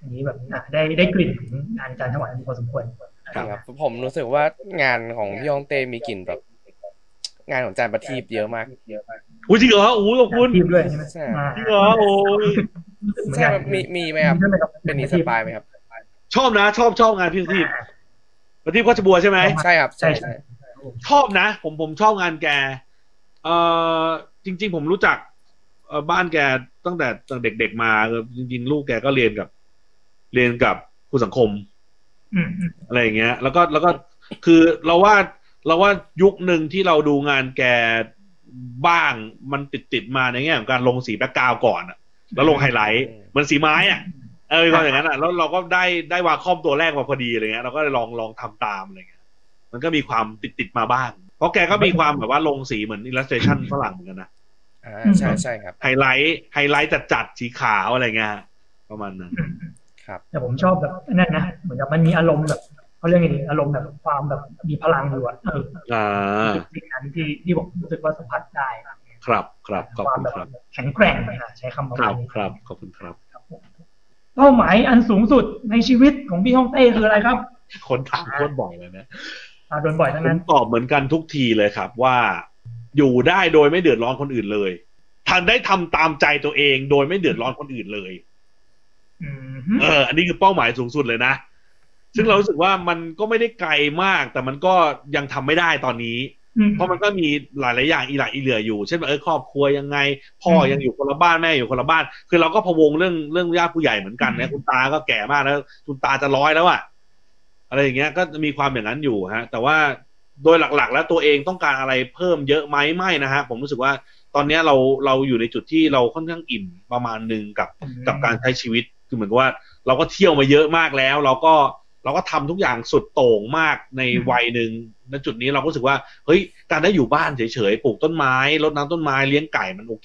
A: อันนี้แบบได้กลิ่นของงานการถวายพอสมควร
B: ครับผมรู้สึกว่างานของพี่ฮ่องเต้มีกลิ่นแบบงานของอาจารย์ประทีปเยอะมาก
C: อุ้ยจริงเหรออุ้ยขอบคุณ
A: ด้วยใช่ไหม
C: จริงเหรอโอ้ย
B: ใช่มีไหมครับเป็นอินสปายไหมครับ
C: ชอบนะชอบงานพี่ประทีปโคชบัวใช่ไหม
B: ใช่ครับใช่
C: ชอบนะผมชอบงานแกจริงๆผมรู้จักบ้านแกตั้งแต่เด็กๆมาจริงๆลูกแกก็เรียนกับครูสังคมอะไรอย่างเงี้ยแล้วก็คือเราว่ายุคหนึ่งที่เราดูงานแกบ้างมันติดมาในแง่ของการลงสีแบ็คกราวด์ก่อนแล้วลงไฮไลท์มันสีไม้ก็อย่างนั้นแล้วเราก็ได้วาคอมตัวแรกมาพอดีอะไรเงี้ยเราก็เลยลองทำตามอะไรเงี้ยมันก็มีความติดมาบ้างเพราะแกก็มีความแบบว่าลงสีเหมือนอิลลัสเทชันฝรั่งเหมือนกันนะ
B: ใช่ครับ
C: ไฮไลท์จัดสีขาวอะไรเงี้ยประมาณนั้น
B: ครับ
A: แต่ผมชอบแบบนั่นนะเหมือนกับมันมีอารมณ์แบบเขาเรียกไงดีอารมณ์แบบความแบบมีพลังอยู่สิ่งนั้นที่ผมรู้สึกว่าสัมผัสได้
C: ครับขอบคุณครับ
A: แข็งแกร่งใช้คำว่านี้
C: ครับขอบคุณครับ
A: เป้าหมายอันสูงสุดในชีวิตของพี่ฮ่องเต้คืออะไรครับ
C: คนถามคนบ่อยเลยนะ
A: โดนบ่อยทั้งนั้น
C: ตอบเหมือนกันทุกทีเลยครับว่าอยู่ได้โดยไม่เดือดร้อนคนอื่นเลยทันได้ทำตามใจตัวเองโดยไม่เดือดร้อนคนอื่นเลยอันนี้คือเป้าหมายสูงสุดเลยนะซึ่งเรารู้สึกว่ามันก็ไม่ได้ไกลมากแต่มันก็ยังทำไม่ได้ตอนนี้เพราะมันก็มีหลายอย่างอีหลักอีเหลืออยู่เช่นครอบครัวยังไงพ่อยังอยู่คนละบ้านแม่อยู่คนละบ้านคือเราก็พะวงเรื่องญาติผู้ใหญ่เหมือนกันนะคุณตาก็แก่มากแล้วคุณตาจะ100แล้วอะไรอย่างเงี้ยก็มีความอย่างนั้นอยู่ฮะแต่ว่าโดยหลักๆแล้วตัวเองต้องการอะไรเพิ่มเยอะไหมไม่นะฮะผมรู้สึกว่าตอนนี้เราอยู่ในจุดที่เราค่อนข้างอิ่มประมาณนึงกับการใช้ชีวิตคือเหมือนกับว่าเราก็เที่ยวมาเยอะมากแล้วเราก็ทำทุกอย่างสุดโต่งมากในวัยหนึ่งในจุดนี้เราก็รู้สึกว่าเฮ้ยการได้อยู่บ้านเฉยๆปลูกต้นไม้รดน้ำต้นไม้เลี้ยงไก่มันโอเค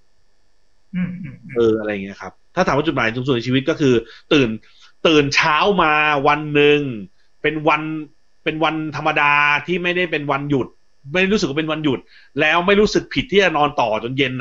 C: อะไรอย่างเงี้ยครับถ้าถามว่าจุดหมายสูงสุดในชีวิตก็คือตื่นเช้ามาวันหนึ่งเป็นวันธรรมดาที่ไม่ได้เป็นวันหยุดไม่รู้สึกว่าเป็นวันหยุดแล้วไม่รู้สึกผิดที่จะนอนต่อจนเย็น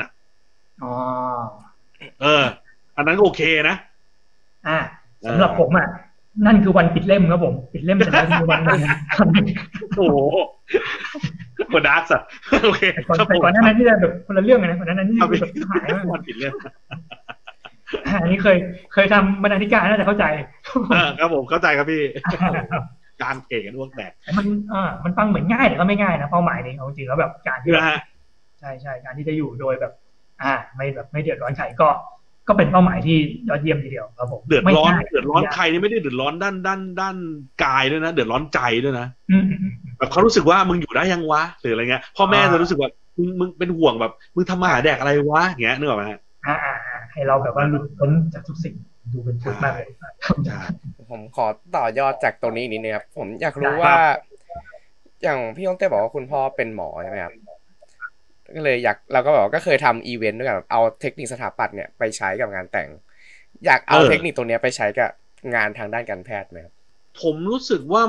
C: อันนั้นโอเคนะ
A: สำหรับผมนั่นคือวันปิดเล่มครับผมปิดเล่มเสร็จแล้วคือวันนึง
C: โอ้โหกดดาร์กสัตว์โอเค
A: แต่ก่อนหน้านั้นที่จะแบบคนละเรื่องนะก่อนหน้านั้นที่แบบหาย
C: วันปิดเล่ม
A: อันนี้เคยทำบรรณาธิการน่าจะเข้าใจ
C: ครับผมเข้าใจครับพี่การเก่งกันอ้วกแตก
A: มันฟังเหมือนง่ายแต่ก็ไม่ง่ายนะเป้าหมายนี้จริงๆแล้วแบบการที่ใช่การที่จะอยู่โดยแบบไม่เดือดร้อนใครก็เป็นเป้าหมายที่ยอดเยี่ยมทีเดียวครับผม
C: เดือดร้อนใครนี่ไม่ได้เดือดร้อนด้านกายด้วยนะเดือดร้อนใจด้วยนะแบบเขารู้สึกว่ามึงอยู่ได้ยังวะหรืออะไรเงี้ยพ่อแม่จะรู้สึกว่ามึงเป็นห่วงแบบมึงทำมาหาแดกอะไรวะอย่างเงี้ยนึกออกไหมฮะ
A: ให้เราแบบว่าหลุดพ้นจากทุกสิ่งดูเป็นสุดมากเลย
B: ผมขอต่อยอดจากตรงนี้นิดนึงครับผมอยากรู้ว่าอย่างพี่ฮ่องเต้บอกว่าคุณพ่อเป็นหมอใช่ไหมครับก็เลยเราก็แบบก็เคยทำอีเวนต์ด้วยกันเอาเทคนิคสถาปัตย์เนี่ยไปใช้กับงานแต่งอยากเอาเทคนิคตรงนี้ไปใช้กับงานทางด้านการแพทย์ไหมครับ
C: ผมรู้สึกว่า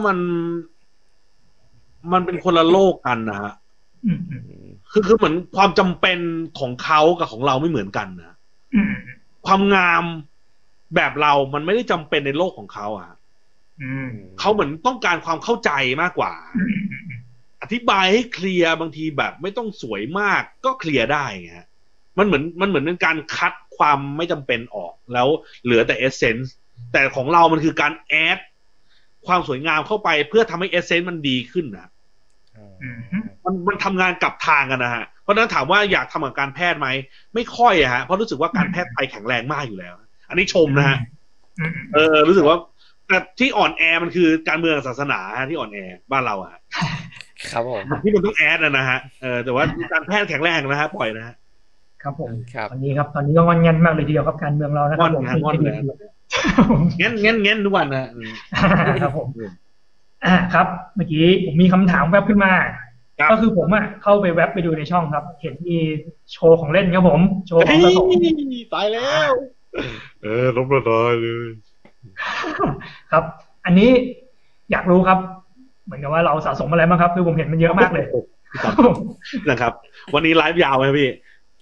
C: มันเป็นคนละโลกกันนะฮะคือเหมือนความจำเป็นของเขากับของเราไม่เหมือนกันนะความงามแบบเรามันไม่ได้จำเป็นในโลกของเขาเขาเหมือนต้องการความเข้าใจมากกว่าอธิบายให้เคลียร์บางทีแบบไม่ต้องสวยมากก็เคลียร์ได้ไงมันเหมือนเป็นการคัดความไม่จำเป็นออกแล้วเหลือแต่เอเซนส์แต่ของเรามันคือการแอดความสวยงามเข้าไปเพื่อทำให้เอเซนส์มันดีขึ้นนะมันทำงานกลับทางกันนะฮะเพราะฉะนั้นถามว่าอยากทำกับการแพทย์ไหมไม่ค่อยฮะเพราะรู้สึกว่าการแพทย์ไทยแข็งแรงมากอยู่แล้วอันนี้ชมนะฮะรู้สึกว่าแต่ที่อ่อนแอมันคือการเมืองศาสนาที่อ่อนแอบ้านเรา
B: ครับผม
C: ที่มันต้องแอดนะฮะแต่ว่าการแพทย์แข็งแรงนะฮะปล่อยนะฮะ
A: ครับผมตอนนี้ก็งอนเงันมากเลยทีเดียวครับการเมืองเรานะครับผม
C: งอนเลยงั้นทุกวัน
A: นะครับผมครับเมื่อกี้ผมมีคำถามแวบขึ้นมาก็คือผมเข้าไปแวบไปดูในช่องครับเห็นมีโชว์ของเล่นครับผมโชว์ของผสม
C: ตายแล้วล้มละลายเลย
A: ครับอันนี้อยากรู้ครับเหมือนกับว่าเราสะสมอะไรบ้างครับคือผมเห็นมันเยอะมากเลย
C: นะครับวันนี้ไลฟ์ยาวไหมพี่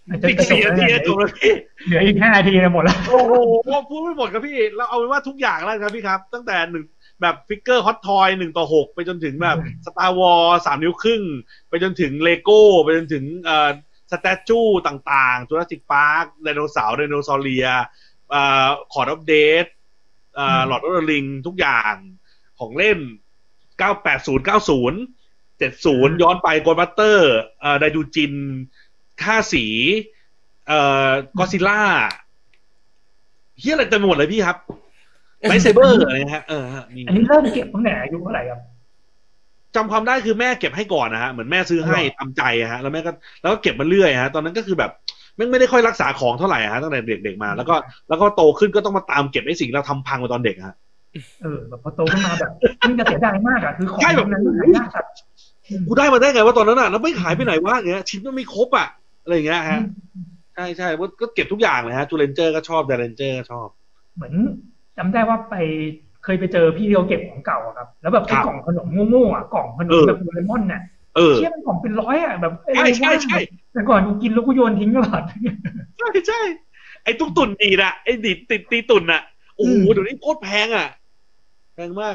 C: อีก4 นาทีจบแล้วพี่
A: เหลืออีก5 นาทีนะหมดแล้ว
C: โอ้โหพูดไม่หมดครับพี่เราเอาเป็นว่าทุกอย่างแล้วครับพี่ครับตั้งแต่1แบบฟิกเกอร์ฮอตทอย1:6ไปจนถึงแบบสตาร์วอร์3 นิ้วครึ่งไปจนถึงเลโก้ไปจนถึงสแตจูต่างๆจูราสสิคพาร์คไดโนเสาร์ไดโนซอเรียคอร์ดอัปเดตหลอดออฟเดอะริงทุกอย่างของเล่น980 90 70ย้อนไปโกลบัตเตอร์ไดดูจินค่าสีก็ซิล่าเฮียอะไรเต็มไปหมดเลยพี่ครับไลท์เซเบอร์อะไรนะฮะ
A: อันนี้เริ่มเก็บตั้งแต่อายุเท่าไหร่ครับ
C: จำความได้คือแม่เก็บให้ก่อนนะฮะเหมือนแม่ซื้อให้ตามใจฮะแล้วแม่ก็เก็บมาเรื่อยฮะตอนนั้นก็คือแบบไม่ได้ค่อยรักษาของเท่าไหร่ฮะตั้งแต่เด็กๆมาแล้วก็โตขึ้นก็ต้องมาตามเก็บไอ้สิ่งเราทำพังมาตอนเด็กฮะ
A: แบบพอโตขึ้นมาแบบมันจะเสียดายมากอ่ะคือของนั้นหายากแบบ
C: กูได้มาได้ไงว่าตอนนั้นอ่ะแล้วไม่หายไปไหนวะเงี้ยชิ้นมันไม่ครบอ่ะอะไรอย่างเงี้ยฮะใช่ก็เก็บทุกอย่างเลยฮะจูเลนเจอร์ก็ชอบเดเรนเจอร์ก็ชอบ
A: เหมือนจำได้ว่าเคยไปเจอพี่เขาเก็บของเก่าครับแล้วแบบกล่องขนมงูๆอ่ะกล่องขนมแบบโดเรมอนเนี่ยเชี่ยมันกล่องเป็น100อ่ะแบบ
C: ใช่
A: แต่ก่อนกูกินแล้วกูโยนทิ้งตลอด
C: ใช่ไอ้ตุ๊กตุ่นดีนะไอ้ดิตีตุ่นอ่ะโอ้โหเดี๋ยวนี้โคตรแพงอ่ะแพงมาก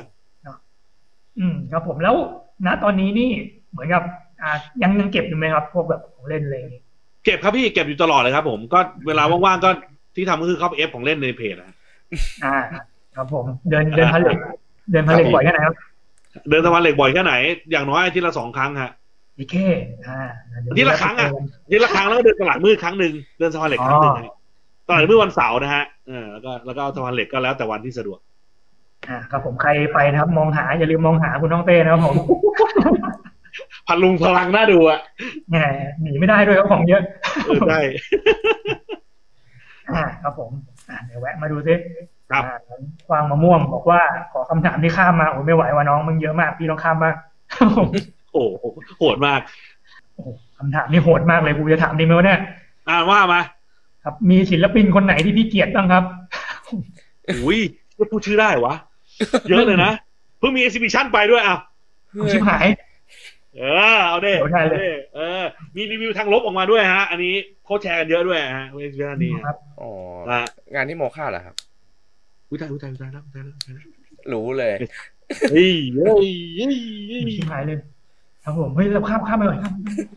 A: ครับผมแล้วณตอนนี้นี่เหมือนกับยังเก็บอยู่ไหมครับพวกแบบของเล่นอะไรอย่างงี้
C: เก็บครับพี่เก็บอยู่ตลอดเลยครับผมก็เวลาว่างๆก็ที่ทำก็คือเข้าไปเอฟของเล่นในเพจ
A: ครับผมเดินพาเลทบ่อยแค่ไหนครับ
C: เดินสะพานเหล็กบ่อยแค่ไหนอย่างน้อยอาทิตย์ละ2 ครั้งฮะ
A: โอเค
C: อาทิตย์ละครั้งอาทิตย์ละครั้งแล้วก็เดินตลาดมืดครั้งนึงเดินสะพานเหล็กครั้งนึงตลาดมืดวันเสาร์นะฮะแล้วก็สะพานเหล็กก็แล้วแต่วันที่สะดวก
A: ครับผมใครไปนะครับมองหาอย่าลืมมองหาคุณน้องเต้นะครับผม
C: พลุงพลังน่าดูอ่ะ
A: แหมหนีไม่ได้ด้วยของเยอะ
C: ได้
A: ครับผมเดี๋ยวแวะมาดูซิ
C: ครับ
A: วางมะม่วงบอกว่าขอคำถามที่ข้ามมาโอ้ไม่ไหวว่าน้องมึงเยอะมากพี่ต้องข้ามมาก
C: โอ้โหดมาก
A: คำถามนี่โหดมากเลยกูจะถามดีไหมวะเนี่ย
C: ว่ามา
A: ครับมีศิลปินคนไหนที่พี่เกลียดบ้างครับ
C: อุ้ยจะพูดชื่อได้วะเยอะเลยนะเพิ่งมีเอ็กซิบิชันไปด้วย
A: ชิบหาย
C: เอาดิมีรีวิวทางลบออกมาด้วยฮะอันนี้เขาแชร์กันเยอะด้วยฮะเอ็กซิบิชันนี้
A: ครับ
B: งานที่โมฆะเหรอครับ
C: อุ้ยได้แล้ว
B: รู้เลย
A: ชิบหายเลยครับผมเฮ้ยเราข้ามไปหน่อยครับ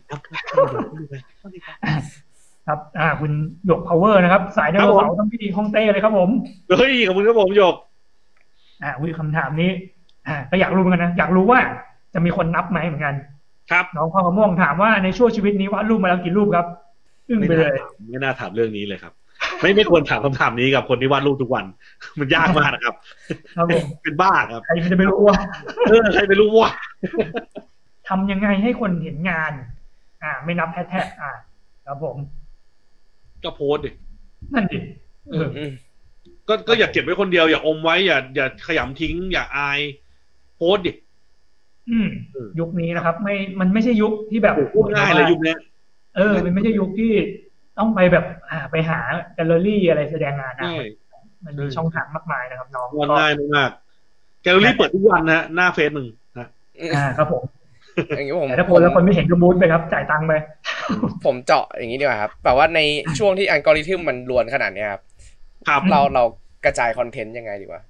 A: ครับคุณหยก power นะครับสายไดโนเสาร์ต้องพี่ฮ่องเต้เลยครับผม
C: เฮ้ยขอบคุณครับผมหยก
A: คำถามนี้ก็อยากรู้เหมือนกันนะอยากรู้ว่าจะมีคนนับไหมเหมือนกัน
C: ครับ
A: น้องข้าวม่วงถามว่าในช่วงชีวิตนี้วาดรูปมาแล้วกี่รูปครับ
C: ไปเลยไม่น่าถามเรื่องนี้เลยครับไม่ควรถามคำถามนี้กับคนที่วาดรูปทุกวันมันยากมากนะครับ
A: ครับผม
C: เป็นบ้าครับ
A: ใครจะไปรู้ว่า
C: ใครไปรู้ว่า
A: ทำยังไงให้คนเห็นงานไม่นับแฮชแท็กครับผม
C: ก็โพสดิ
A: นั่นดิ
C: ก็อย่าเก็บไว้คนเดียวอย่าอมไว้อย่าขยำทิ้งอย่าอายโพสดิ
A: ยุคนี้นะครับมันไม่ใช่ยุคที่แบบ
C: พูดง่ายเลยยุคนี้
A: มันไม่ใช่ยุคที่ต้องไปแบบไปหาแกลเลอรี่อะไรแสดงงานนะมันมีช่องทางมากมายนะครับน้อง
C: ง่ายมากแกลเลอรี่เปิดทุกวันนะหน้าเฟซมึง
A: ครับผมอย่างนี้ผมแต่ถ้าคนไม่เห็นก็มูดไปครับจ่ายตังค์ไป
B: ผมเจาะอย่างนี้ดีกว่าครับแบบว่าในช่วงที่อัลกอริทึมมันรวนขนาดนี้ครับเรากระจายคอนเทนต์ยังไงดีกว่า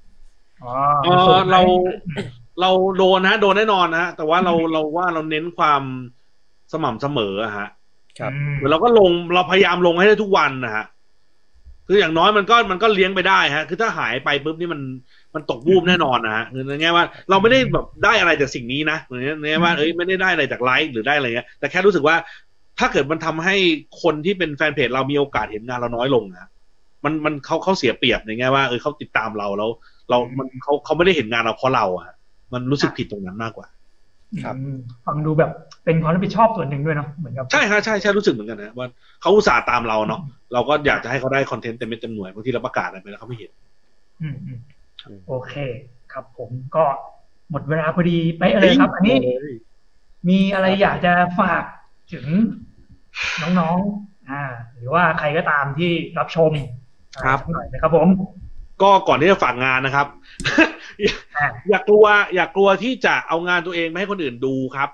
C: เราโดนแน่นอนนะแต่ว่าเราว่าเราเน้นความสม่ำเสมอฮะ
B: ครับ
C: เราก็เราพยายามลงให้ได้ทุกวันนะฮะคืออย่างน้อยมันก็เลี้ยงไปได้ฮะคือถ้าหายไปปุ๊บนี่มันตกวูบแน่นอนนะฮะคือในแง่ว่าเราไม่ได้แบบได้อะไรจากสิ่งนี้นะในแง่ว่าไม่ได้อะไรจากไลค์หรือได้อะไรเงี้ยแต่แค่รู้สึกว่าถ้าเกิดมันทำให้คนที่เป็นแฟนเพจเรามีโอกาสเห็นงานเราน้อยลงนะมันเขาเสียเปรียบในแง่ว่าเขาติดตามเราแล้วเขาไม่ได้เห็นงานเราเพราะเราอะมันรู้สึกผิดตรงนั้นมากกว่า
B: ครับ
A: ฟังดูแบบเป็นความรับผิดชอบส่วนหนึ่งด้วยเนาะเหมือนกับ
C: ใช่ฮะใช่รู้สึกเหมือนกันนะว่าเขาอุตส่าห์ตามเราเนาะเราก็อยากจะให้เขาได้คอนเทนต์เต็มเม็ดเต็มหน่วยบางทีเราประกาศอะไรไปแล้วเขาไม่เห็น
A: โอเคครับผมก็หมดเวลาพอดีไปเลยครับอันนี้มีอะไรอยากจะฝากถึงน้องๆหรือว่าใครก็ตามที่รับชมหน่อยนะครับผม
C: ก็ก่อนที่จะฝากงานนะครับ อย่ากลัวที่จะเอางานตัวเองไปให้คนอื่นดูครับ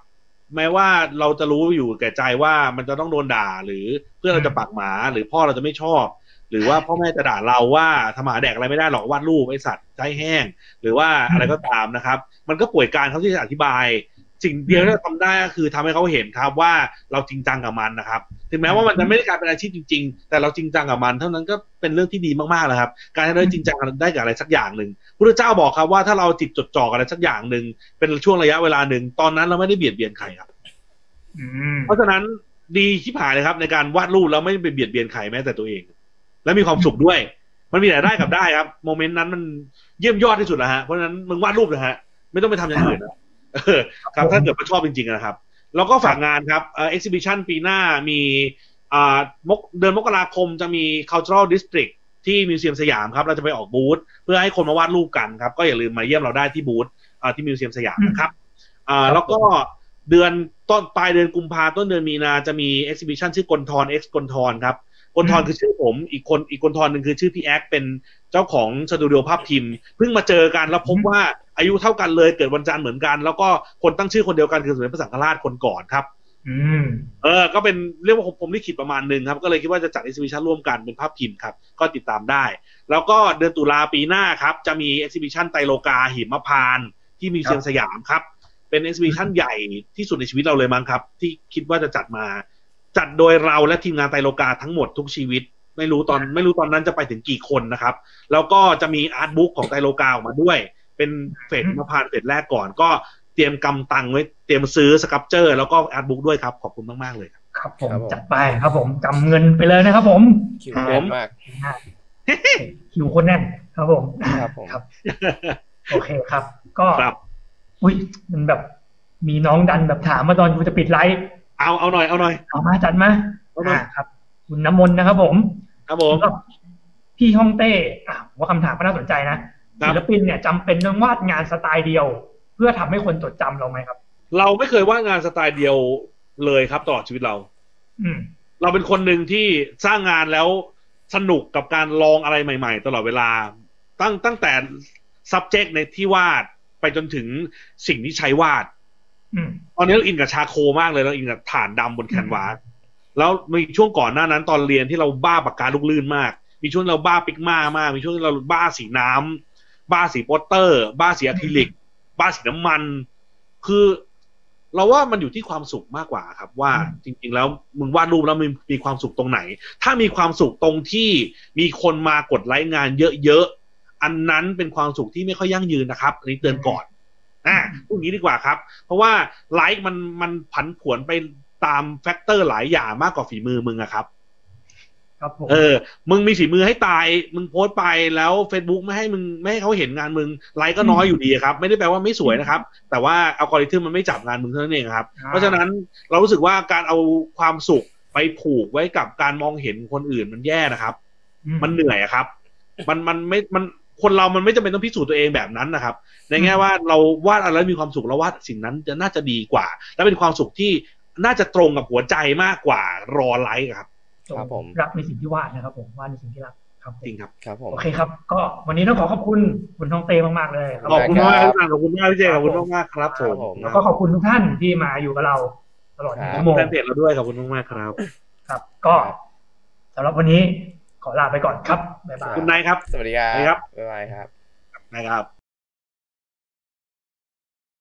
C: แม้ว่าเราจะรู้อยู่แก่ใจว่ามันจะต้องโดนด่าหรือเพื่อนเราจะปากหมาหรือพ่อเราจะไม่ชอบหรือว่าพ่อแม่จะด่าเราว่าทำหาแดกอะไรไม่ได้หรอกวาดรูปไอ้สัตว์ใจแห้งหรือว่าอะไรก็ตามนะครับมันก็ป่วยการเขาที่จะอธิบายสิ่งเดียวที่เราทำได้ก็คือทำให้เขาเห็นครับว่าเราจริงจังกับมันนะครับถึงแม้ว่ามันจะไม่ได้กลายเป็นอาชีพจริงๆแต่เราจริงจังกับมันเท่านั้นก็เป็นเรื่องที่ดีมากๆแล้วครับการที่เราจริงจังได้กับอะไรสักอย่างนึงพระเจ้าบอกครับว่าถ้าเราจิตจดจ่อกับอะไรสักอย่างนึงเป็นช่วงระยะเวลานึงตอนนั้นเราไม่ได้เบียดเบียนใครครับเพราะฉะนั้นดีชิบหายเลยครับในการวาดรูปแล้วไม่ไปเบียดเบียนใครแม้แต่ตัวเองและมีความสุขด้วยมันมีแต่ได้กับได้ครับโมเมนต์นั้นมันเยี่ยมยอดที่สุดแล้วฮะเพราะฉะนั้นมึงวาดรูปนะฮะไม่ต้องไปทำอย่างอื่นนะครับถ้าเกิดว่าชอบจริงๆนะครับแล้วก็ฝากงานครับexhibition ปีหน้ามีเดือนมกราคมจะมี cultural district ที่มิวเซียมสยามครับเราจะไปออกบูธเพื่อให้คนมาวาดรูปกันครับก็อย่าลืมมาเยี่ยมเราได้ที่บูธที่มิวเซียมสยามนะครับแล้วก็เดือนต้นปลายเดือนกุมภาต้นเดือนมีนาจะมี exhibition ชื่อกลทร X กลทรครับกลทรคือชื่อผมอีกกลทรหนึ่งคือชื่อพี่แอ๊กเป็นเจ้าของสตูดิโอภาพพิมพ์เพิ่งมาเจอกันแล้วพบว่าอายุเท่ากันเลยเกิดวันจันทร์เหมือนกันแล้วก็คนตั้งชื่อคนเดียวกันคือสมเด็จพระสังฆราชคนก่อนครับก็เป็นเรียกว่าผมลิขิตประมาณนึงครับก็เลยคิดว่าจะจัด exhibition ร่วมกันเป็นภาพพิมพ์ครับก็ติดตามได้แล้วก็เดือนตุลาปีหน้าครับจะมี exhibition ไตรโลกาหิมพานต์ที่มิวเซียมสยามครับเป็น exhibition ใหญ่ที่สุดในชีวิตเราเลยมั้งครับที่คิดว่าจะจัดโดยเราและทีมงานไตรโลกาทั้งหมดทุกชีวิตไม่รู้ตอนนั้นจะไปถึงกี่คนนะครับแล้วก็จะมีอาร์ตบุ๊กของไตรโลกาออกมาด้วยเป็นเฟสมาพานเฟสแรกก่อนก็เตรียมกำตังไว้เตรียมซื้อสครับเจอร์แล้วก็อาร์ตบุ๊กด้วยครับขอบคุณมากๆเลย
A: ครับผมจัดไปครับผมกำเงินไปเลยนะครับผม
B: คิวแน่นมาก
A: คิวคนแน่นครับผมครับโอเคครับก็อุ้ยมันแบบมีน้องดันแบบถามมาตอนกูจะปิดไลฟ์
C: เอาหน่อย
A: เอามาจัดมาครับคุณน้ำมนต์นะครับผมพี่ฮ่องเต้ว่าคำถามก็น่าสนใจนะศิลปินเนี่ยจำเป็นต้องวาดงานสไตล์เดียวเพื่อทำให้คนจดจำเราไหมครับ
C: เราไม่เคยวาดงานสไตล์เดียวเลยครับตลอดชีวิตเราเราเป็นคนหนึ่งที่สร้างงานแล้วสนุกกับการลองอะไรใหม่ๆตลอดเวลาตั้งแต่ subject ในที่วาดไปจนถึงสิ่งที่ใช้วาดตอนนี้เราอินกับชาโคมากเลยเราอินกับฐานดำบนแคนวาสแล้วมีช่วงก่อนหน้านั้นตอนเรียนที่เราบ้าปากกาลูกลื่นมากมีช่วงเราบ้าปิกม่ามากมีช่วงเราบ้าสีน้ำบ้าสีโปสเตอร์บ้าสีอะคริลิกบ้าสีน้ำมันคือเราว่ามันอยู่ที่ความสุขมากกว่าครับว่าจริงๆแล้วมึงวาดรูปแล้วมีความสุขตรงไหนถ้ามีความสุขตรงที่มีคนมากดไลค์งานเยอะๆอันนั้นเป็นความสุขที่ไม่ค่อยยั่งยืนนะครับอันนี้เตือนก่อนพูดอย่างนี้ดีกว่าครับเพราะว่าไลค์มันผันผวนไปตามแฟกเตอร์หลายอย่างมากกว่าฝีมือมึงอะครับมึงมีฝีมือให้ตายมึงโพสต์ไปแล้ว Facebook ไม่ให้เขาเห็นงานมึงไลค์ก็น้อยอยู่ดีครับไม่ได้แปลว่าไม่สวยนะครับแต่ว่าอัลกอริทึมมันไม่จับงานมึงเท่านั้นเองครับเพราะฉะนั้นเรารู้สึกว่าการเอาความสุขไปผูกไว้กับการมองเห็นคนอื่นมันแย่นะครับมันเหนื่อยครับมันคนเรามันไม่จำเป็นต้องพิสูจน์ตัวเองแบบนั้นนะครับในแง่ว่าเราวาดอะไรแล้วมีความสุขเราวาดสิ่งนั้นจะน่าจะดีกว่าและเป็นความสุขที่น่าจะตรงกับหัวใจมากกว่ารอไลค์ครับ
A: ครับผมรักในสิ่งที่วาดนะครับผมวาดในสิ่งที่รักครับ
C: จริงครับ
A: ผมโอเคครับก็วันนี้ต้องขอบคุณคุณทองเต้มากๆเลย
C: ขอบคุณมากขอบคุณมากพี่เจขอบคุณมากครับผม
A: แล้วก็ขอบคุณทุกท่านที่มาอยู่กับเราตลอด1 ชั่วโมง
C: แฟนเพจเราด้วยขอบคุณมากครับ
A: ครับก็สำหรับวันนี้ขอลาไปก่อนครับบ๊ายบาย
C: คุณนายครับ
B: สวัสดีครับ
C: บ๊ายบายครับ